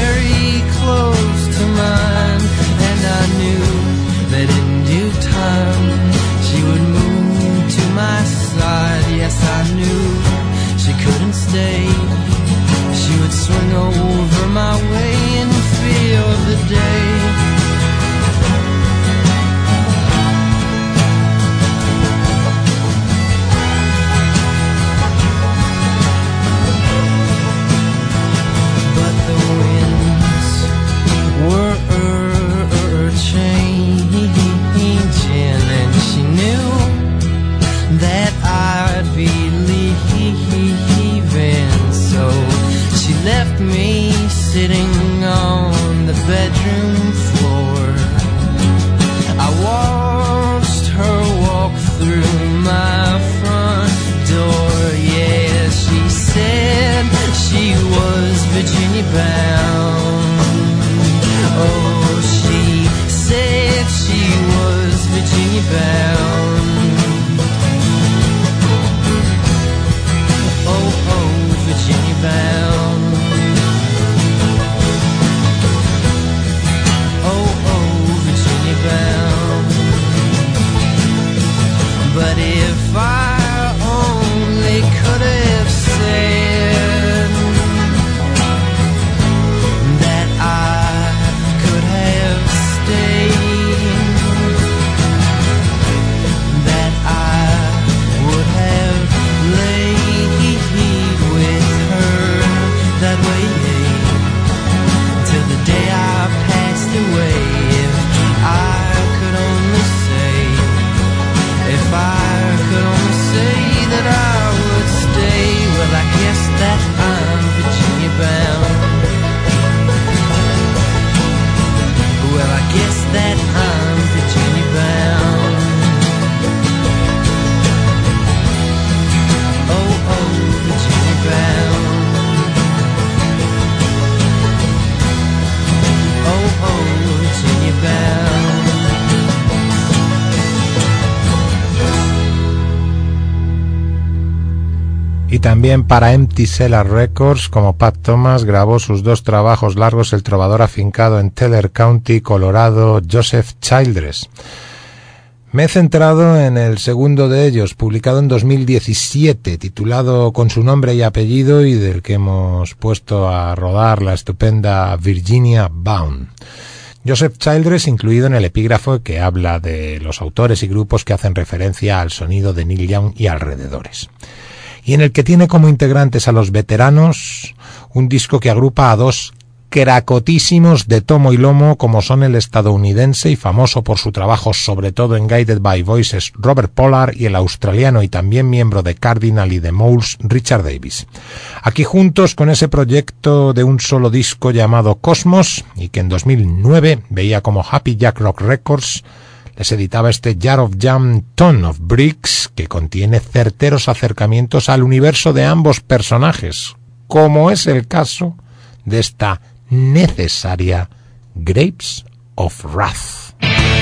Y también para Empty Cellar Records, como Pat Thomas grabó sus 2 trabajos largos el trovador afincado en Teller County, Colorado, Joseph Childress. Me he centrado en el segundo de ellos, publicado en 2017, titulado con su nombre y apellido y del que hemos puesto a rodar la estupenda Virginia Bound. Joseph Childress incluido en el epígrafo que habla de los autores y grupos que hacen referencia al sonido de Neil Young y alrededores. Y en el que tiene como integrantes a los veteranos, un disco que agrupa a 2 cracotísimos de tomo y lomo como son el estadounidense y famoso por su trabajo sobre todo en Guided by Voices Robert Pollard y el australiano y también miembro de Cardinal y The Moles Richard Davis. Aquí juntos con ese proyecto de un solo disco llamado Cosmos y que en 2009 veía como Happy Jack Rock Records les editaba este Jar of Jam Ton of Bricks que contiene certeros acercamientos al universo de ambos personajes, como es el caso de esta necesaria Grapes of Wrath.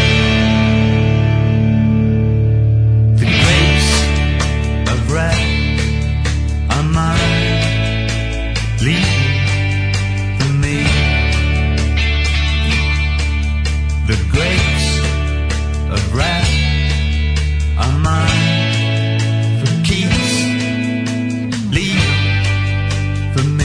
The grapes of wrath are mine, leave for me. The grapes of wrath are mine for keeps, leave for me.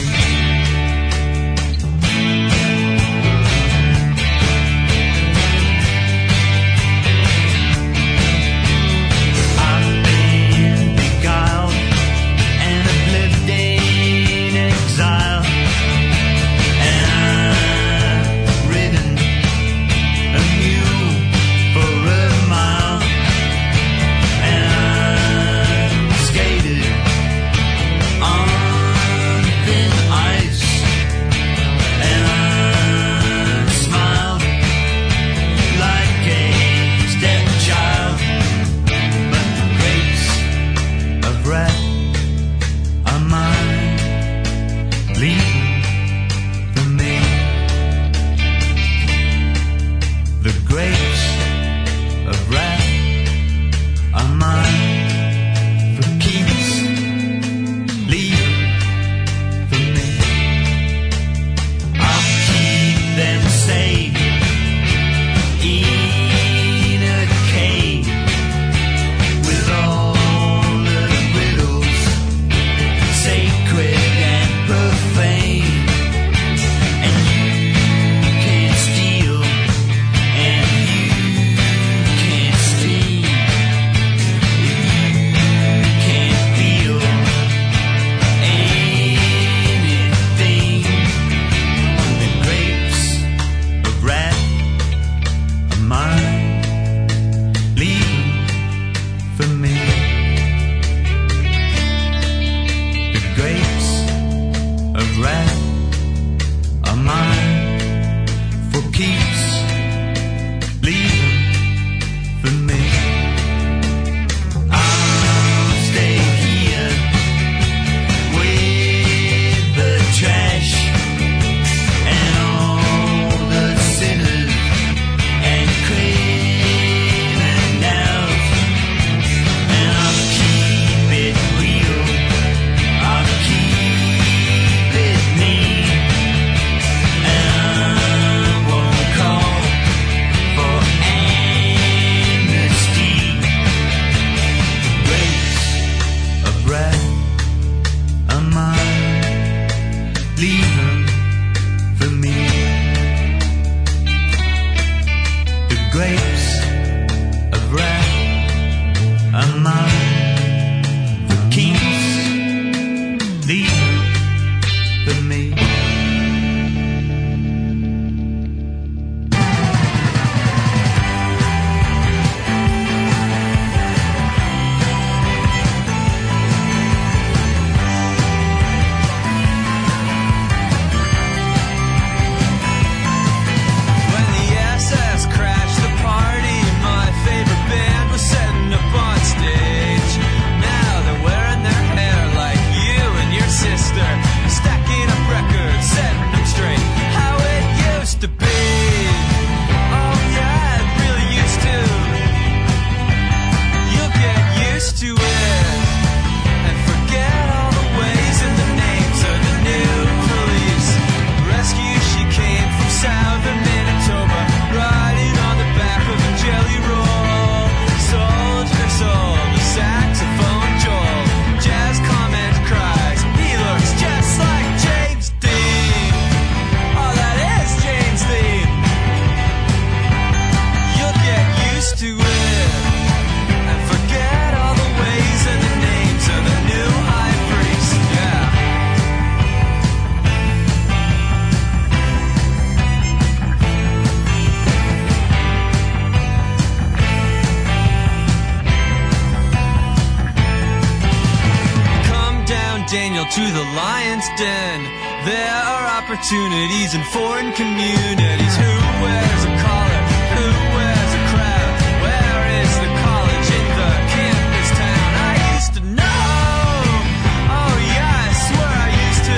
Daniel, to the lion's den. There are opportunities in foreign communities. Who wears a collar? Who wears a crown? Where is the college in the campus town? I used to know. Oh yeah, I swear I used to.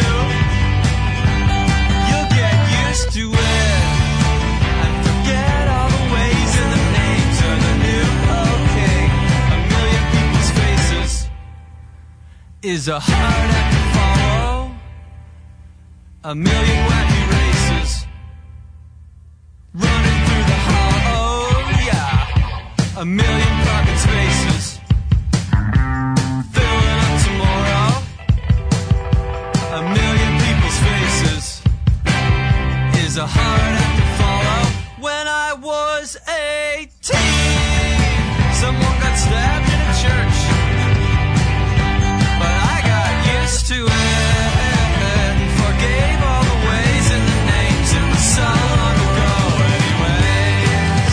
You'll get used to it. I forget all the ways and the names of the new okay. A million people's faces is a hard act to follow. A million wacky races running through the hollow, yeah. A million parking spaces filling up tomorrow. A million people's faces is a hard act to follow. When I was 18, someone got stabbed in a church, but I got used to it. Forgave all the ways and the names and the so long ago anyways.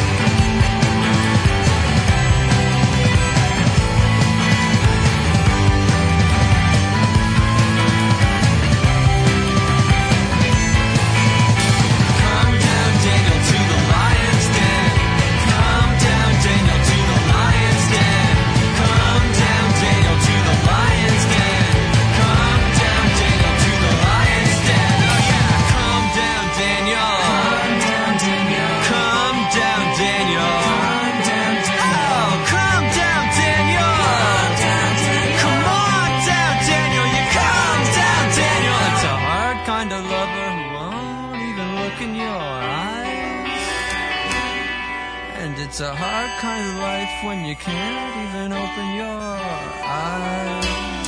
Come down, Daniel, to the lion's den. Come down, Daniel, to the lion's den. Come down, Daniel, to the lion's den. Come down, Daniel, to the lion's den. Oh yeah, come down, Daniel. Come down, Daniel. Come down, Daniel. Come down, Daniel. Oh, come down, Daniel. Come down, Daniel. Come on down, Daniel. You come down, Daniel. It's a hard kind of lover who won't even look in your eyes. And it's a hard kind of life when you can't even open your eyes.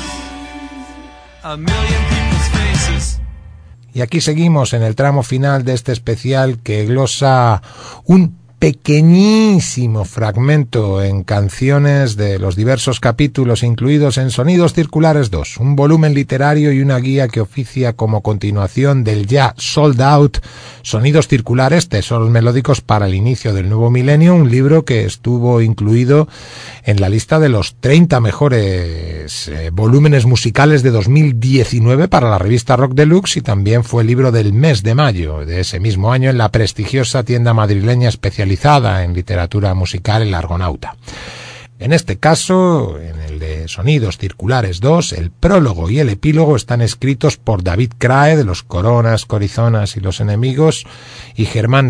A million people's faces. Y aquí seguimos en el tramo final de este especial que glosa un pequeñísimo fragmento en canciones de los diversos capítulos incluidos en Sonidos Circulares 2, un volumen literario y una guía que oficia como continuación del ya sold out Sonidos Circulares, Tesoros Melódicos para el inicio del nuevo milenio, un libro que estuvo incluido en la lista de los 30 mejores volúmenes musicales de 2019 para la revista Rock Deluxe, y también fue el libro del mes de mayo de ese mismo año en la prestigiosa tienda madrileña especializada en literatura musical, El Argonauta. En este caso, en el de Sonidos Circulares 2, el prólogo y el epílogo están escritos por David Crae, de los Coronas, Corizonas y Los Enemigos, y Germán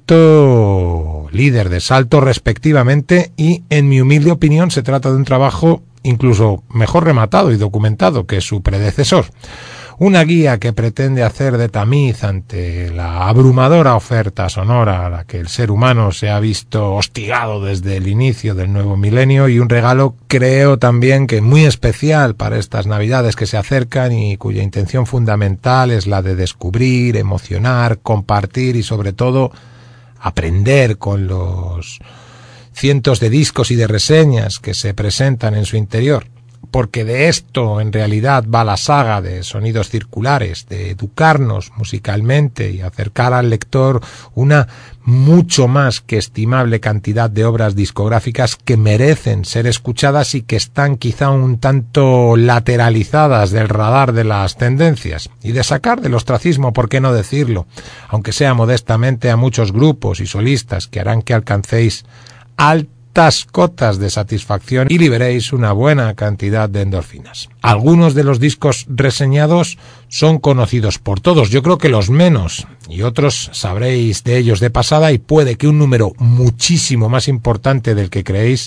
Salto, líder de Salto respectivamente, y en mi humilde opinión se trata de un trabajo incluso mejor rematado y documentado que su predecesor. Una guía que pretende hacer de tamiz ante la abrumadora oferta sonora a la que el ser humano se ha visto hostigado desde el inicio del nuevo milenio, y un regalo, creo también que muy especial para estas navidades que se acercan y cuya intención fundamental es la de descubrir, emocionar, compartir y sobre todo aprender con los cientos de discos y de reseñas que se presentan en su interior. Porque de esto en realidad va la saga de Sonidos Circulares, de educarnos musicalmente y acercar al lector una mucho más que estimable cantidad de obras discográficas que merecen ser escuchadas y que están quizá un tanto lateralizadas del radar de las tendencias, y de sacar del ostracismo, por qué no decirlo, aunque sea modestamente, a muchos grupos y solistas que harán que alcancéis altas cotas de satisfacción y liberéis una buena cantidad de endorfinas. Algunos de los discos reseñados son conocidos por todos, yo creo que los menos, y otros sabréis de ellos de pasada, y puede que un número muchísimo más importante del que creéis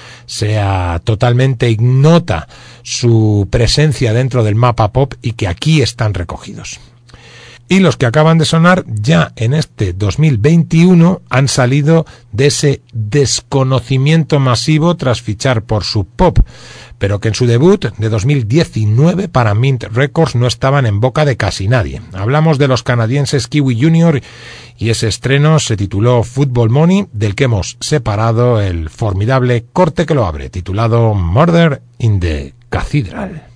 sea totalmente ignota su presencia dentro del mapa pop y que aquí están recogidos. Y los que acaban de sonar ya en este 2021 han salido de ese desconocimiento masivo tras fichar por Sub Pop, pero que en su debut de 2019 para Mint Records no estaban en boca de casi nadie. Hablamos de los canadienses Kiwi Junior, y ese estreno se tituló Football Money, del que hemos separado el formidable corte que lo abre, titulado Murder in the Cathedral.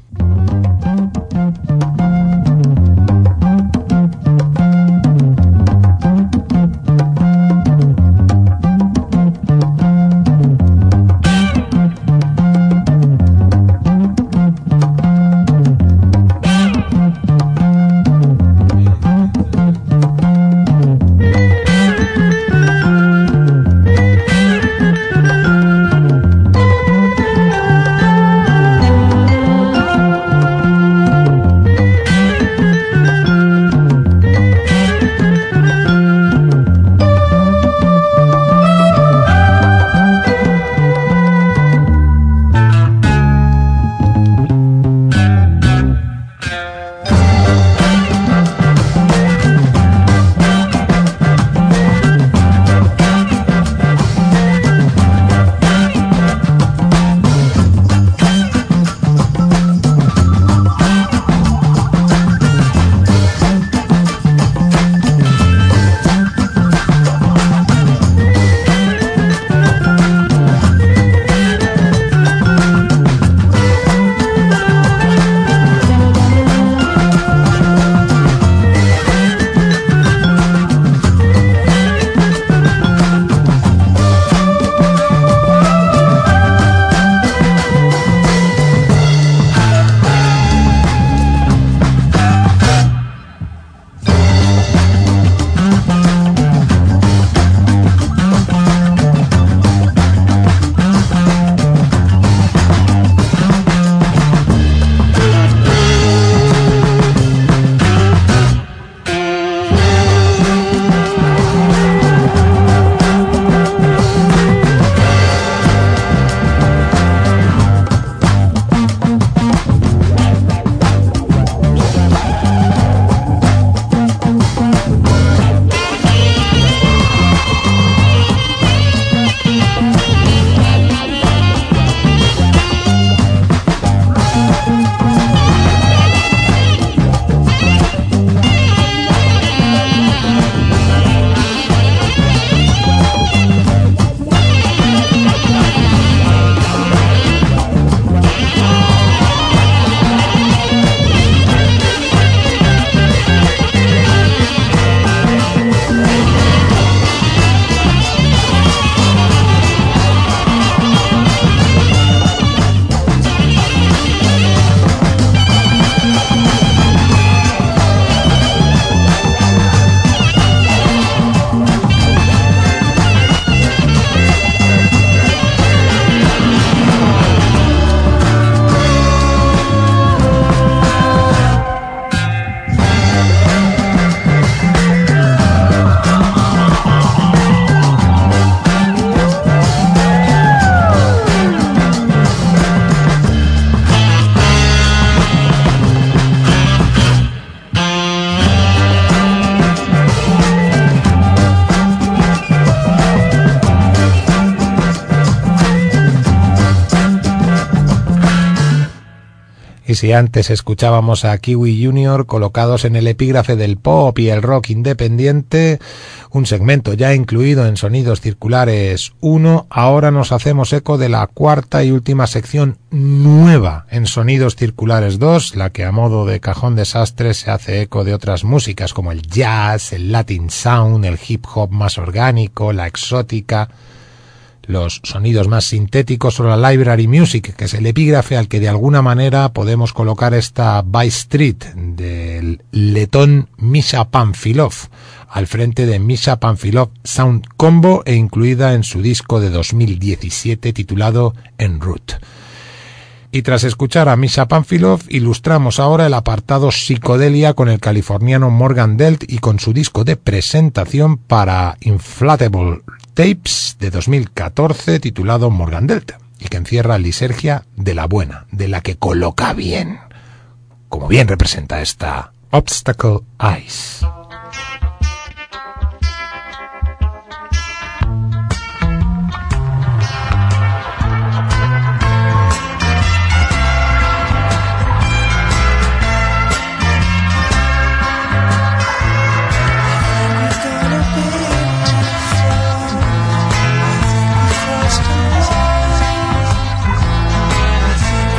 Y si antes escuchábamos a Kiwi Junior colocados en el epígrafe del pop y el rock independiente, un segmento ya incluido en Sonidos Circulares 1, ahora nos hacemos eco de la cuarta y última sección nueva en Sonidos Circulares 2, la que a modo de cajón desastre se hace eco de otras músicas como el jazz, el Latin sound, el hip hop más orgánico, la exótica, los sonidos más sintéticos o la library music, que es el epígrafe al que de alguna manera podemos colocar esta By Street del letón Misha Panfilov, al frente de Misha Panfilov Sound Combo e incluida en su disco de 2017 titulado En Route. Y tras escuchar a Misha Panfilov, ilustramos ahora el apartado psicodelia con el californiano Morgan Delt y con su disco de presentación para Inflatable Tapes de 2014 titulado Morgan Delt, y que encierra lisergia de la buena, de la que coloca bien, como bien representa esta Obstacle Eyes.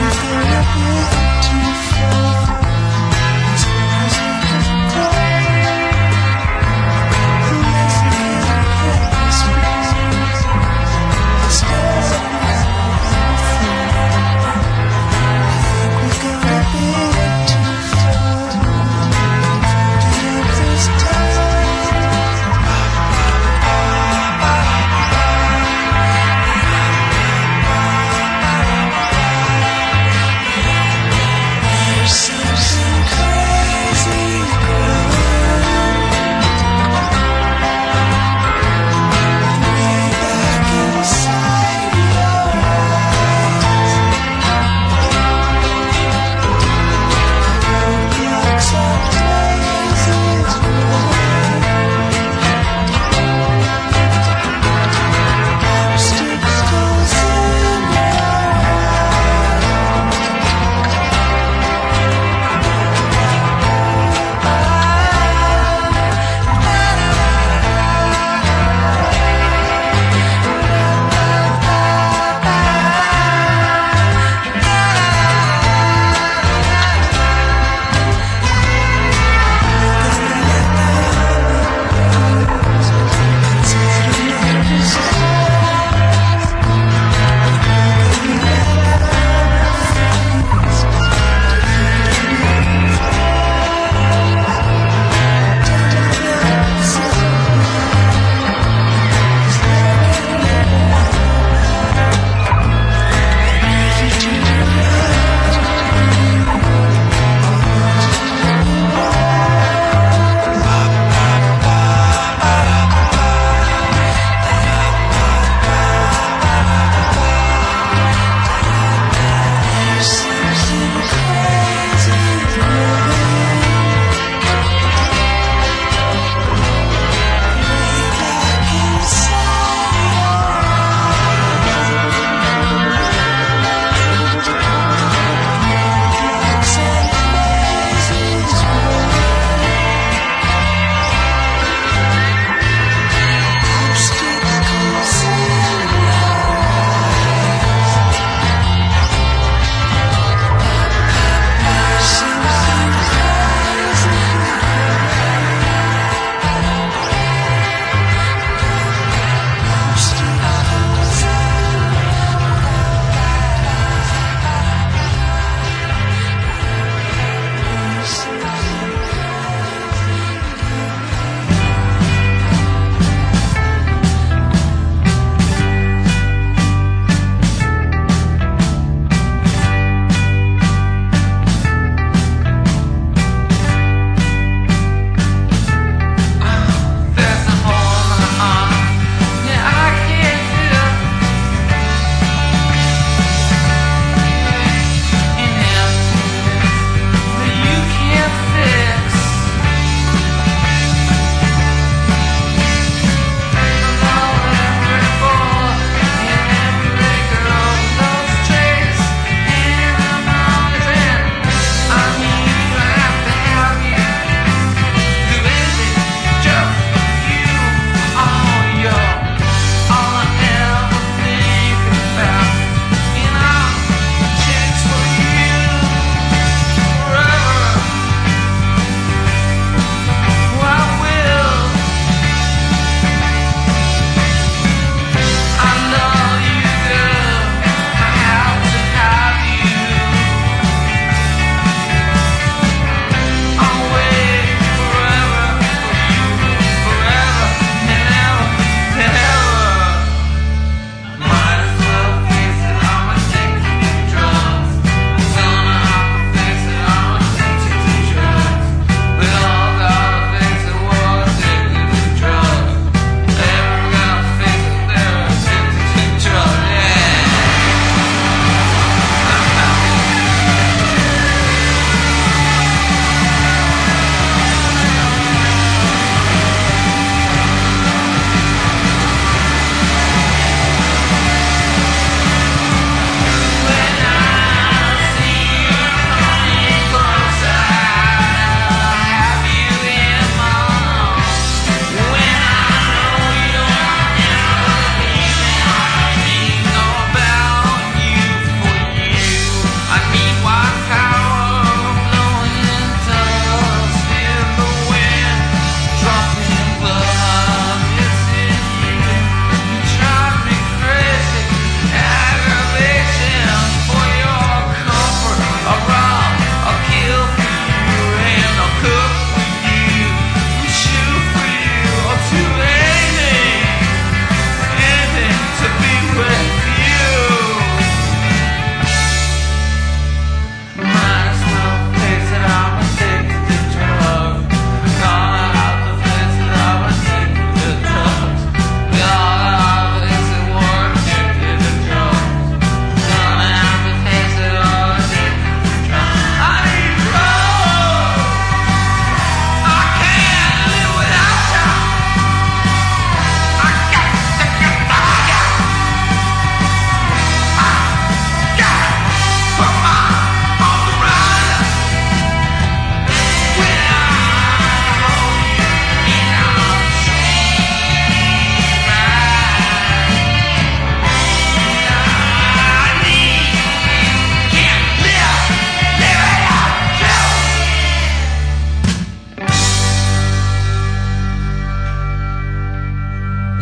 Too far.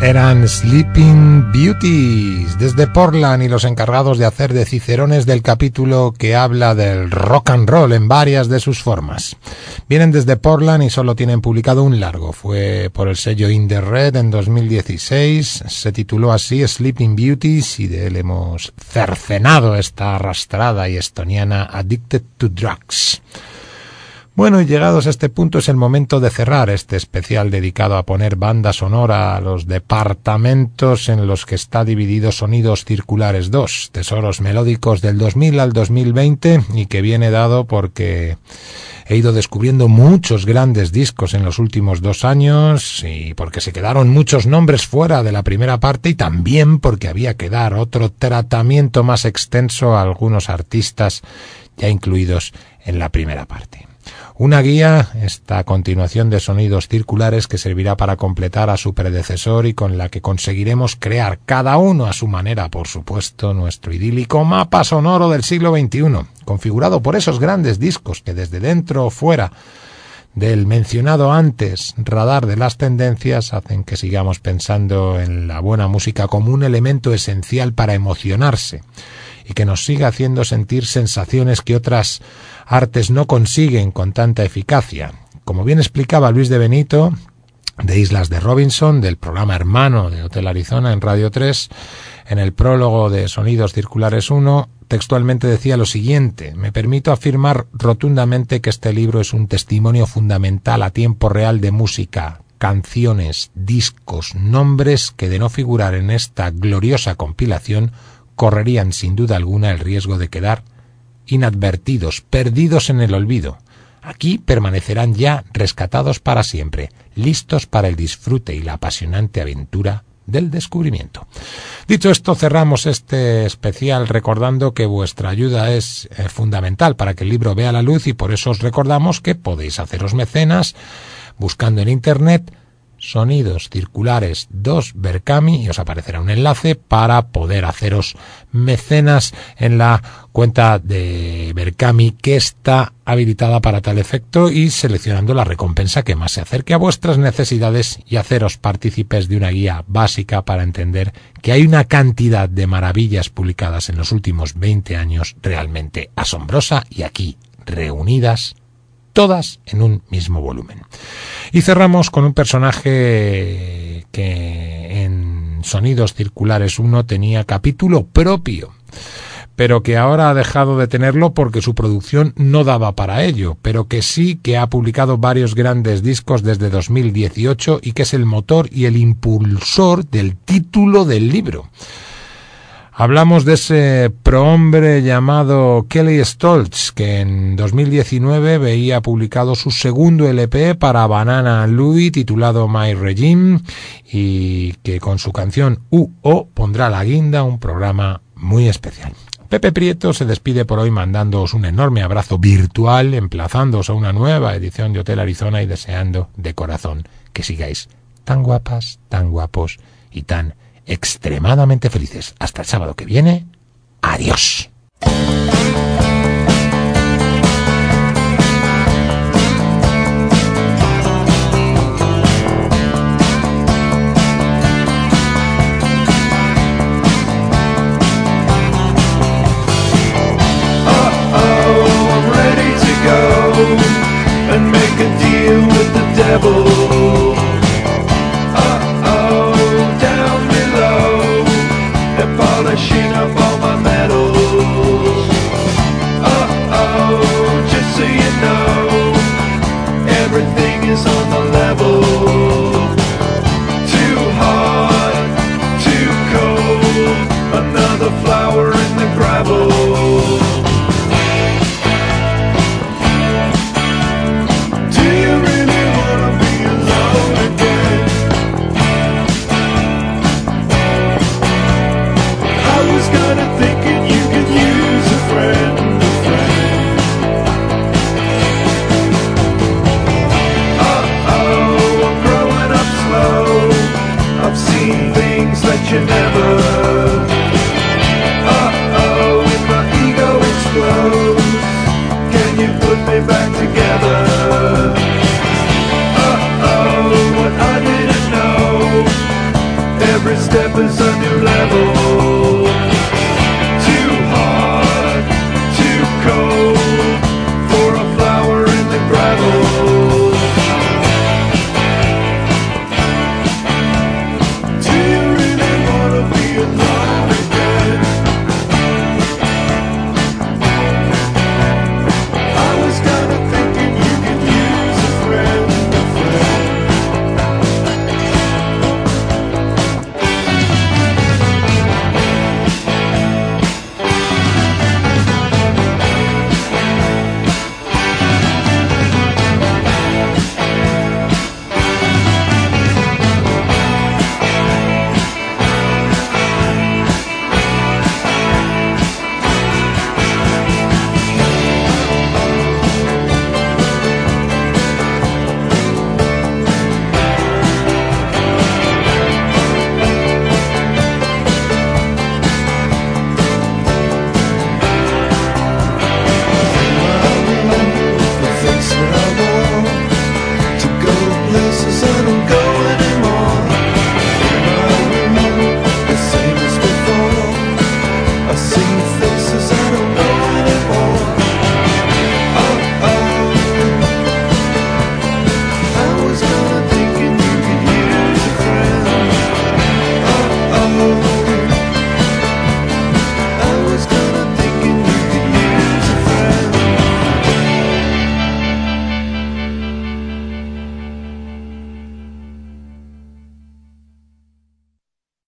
eran Sleeping Beauties desde Portland y los encargados de hacer de cicerones del capítulo que habla del rock and roll en varias de sus formas. Vienen desde Portland y solo tienen publicado un largo. Fue por el sello In The Red en 2016. Se tituló así Sleeping Beauties y de él hemos cercenado esta arrastrada y estoniana Addicted to Drugs. Bueno, y llegados a este punto es el momento de cerrar este especial dedicado a poner banda sonora a los departamentos en los que está dividido Sonidos Circulares 2, tesoros melódicos del 2000 al 2020 y que viene dado porque he ido descubriendo muchos grandes discos en los últimos 2 años y porque se quedaron muchos nombres fuera de la primera parte y también porque había que dar otro tratamiento más extenso a algunos artistas ya incluidos en la primera parte. Una guía, esta continuación de Sonidos Circulares que servirá para completar a su predecesor y con la que conseguiremos crear, cada uno a su manera, por supuesto, nuestro idílico mapa sonoro del siglo XXI, configurado por esos grandes discos que desde dentro o fuera del mencionado antes radar de las tendencias hacen que sigamos pensando en la buena música como un elemento esencial para emocionarse y que nos siga haciendo sentir sensaciones que otras artes no consiguen con tanta eficacia. Como bien explicaba Luis de Benito, de Islas de Robinson, del programa hermano de Hotel Arizona en Radio 3, en el prólogo de Sonidos Circulares 1, textualmente decía lo siguiente: me permito afirmar rotundamente que este libro es un testimonio fundamental a tiempo real de música, canciones, discos, nombres que de no figurar en esta gloriosa compilación correrían sin duda alguna el riesgo de quedar inadvertidos, perdidos en el olvido. Aquí permanecerán ya rescatados para siempre, listos para el disfrute y la apasionante aventura del descubrimiento. Dicho esto, cerramos este especial recordando que vuestra ayuda es fundamental para que el libro vea la luz y por eso os recordamos que podéis haceros mecenas buscando en internet Sonidos Circulares 2 Berkami y os aparecerá un enlace para poder haceros mecenas en la cuenta de Berkami que está habilitada para tal efecto y seleccionando la recompensa que más se acerque a vuestras necesidades y haceros partícipes de una guía básica para entender que hay una cantidad de maravillas publicadas en los últimos 20 años realmente asombrosa y aquí reunidas todas en un mismo volumen. Y cerramos con un personaje que en Sonidos Circulares 1 tenía capítulo propio, pero que ahora ha dejado de tenerlo porque su producción no daba para ello, pero que sí que ha publicado varios grandes discos desde 2018 y que es el motor y el impulsor del título del libro. Hablamos de ese prohombre llamado Kelly Stoltz, que en 2019 veía publicado su segundo LP para Banana and Louie titulado My Regime y que con su canción U.O. pondrá la guinda un programa muy especial. Pepe Prieto se despide por hoy mandándoos un enorme abrazo virtual, emplazándoos a una nueva edición de Hotel Arizona y deseando de corazón que sigáis tan guapas, tan guapos y tan extremadamente felices. Hasta el sábado que viene. Adiós.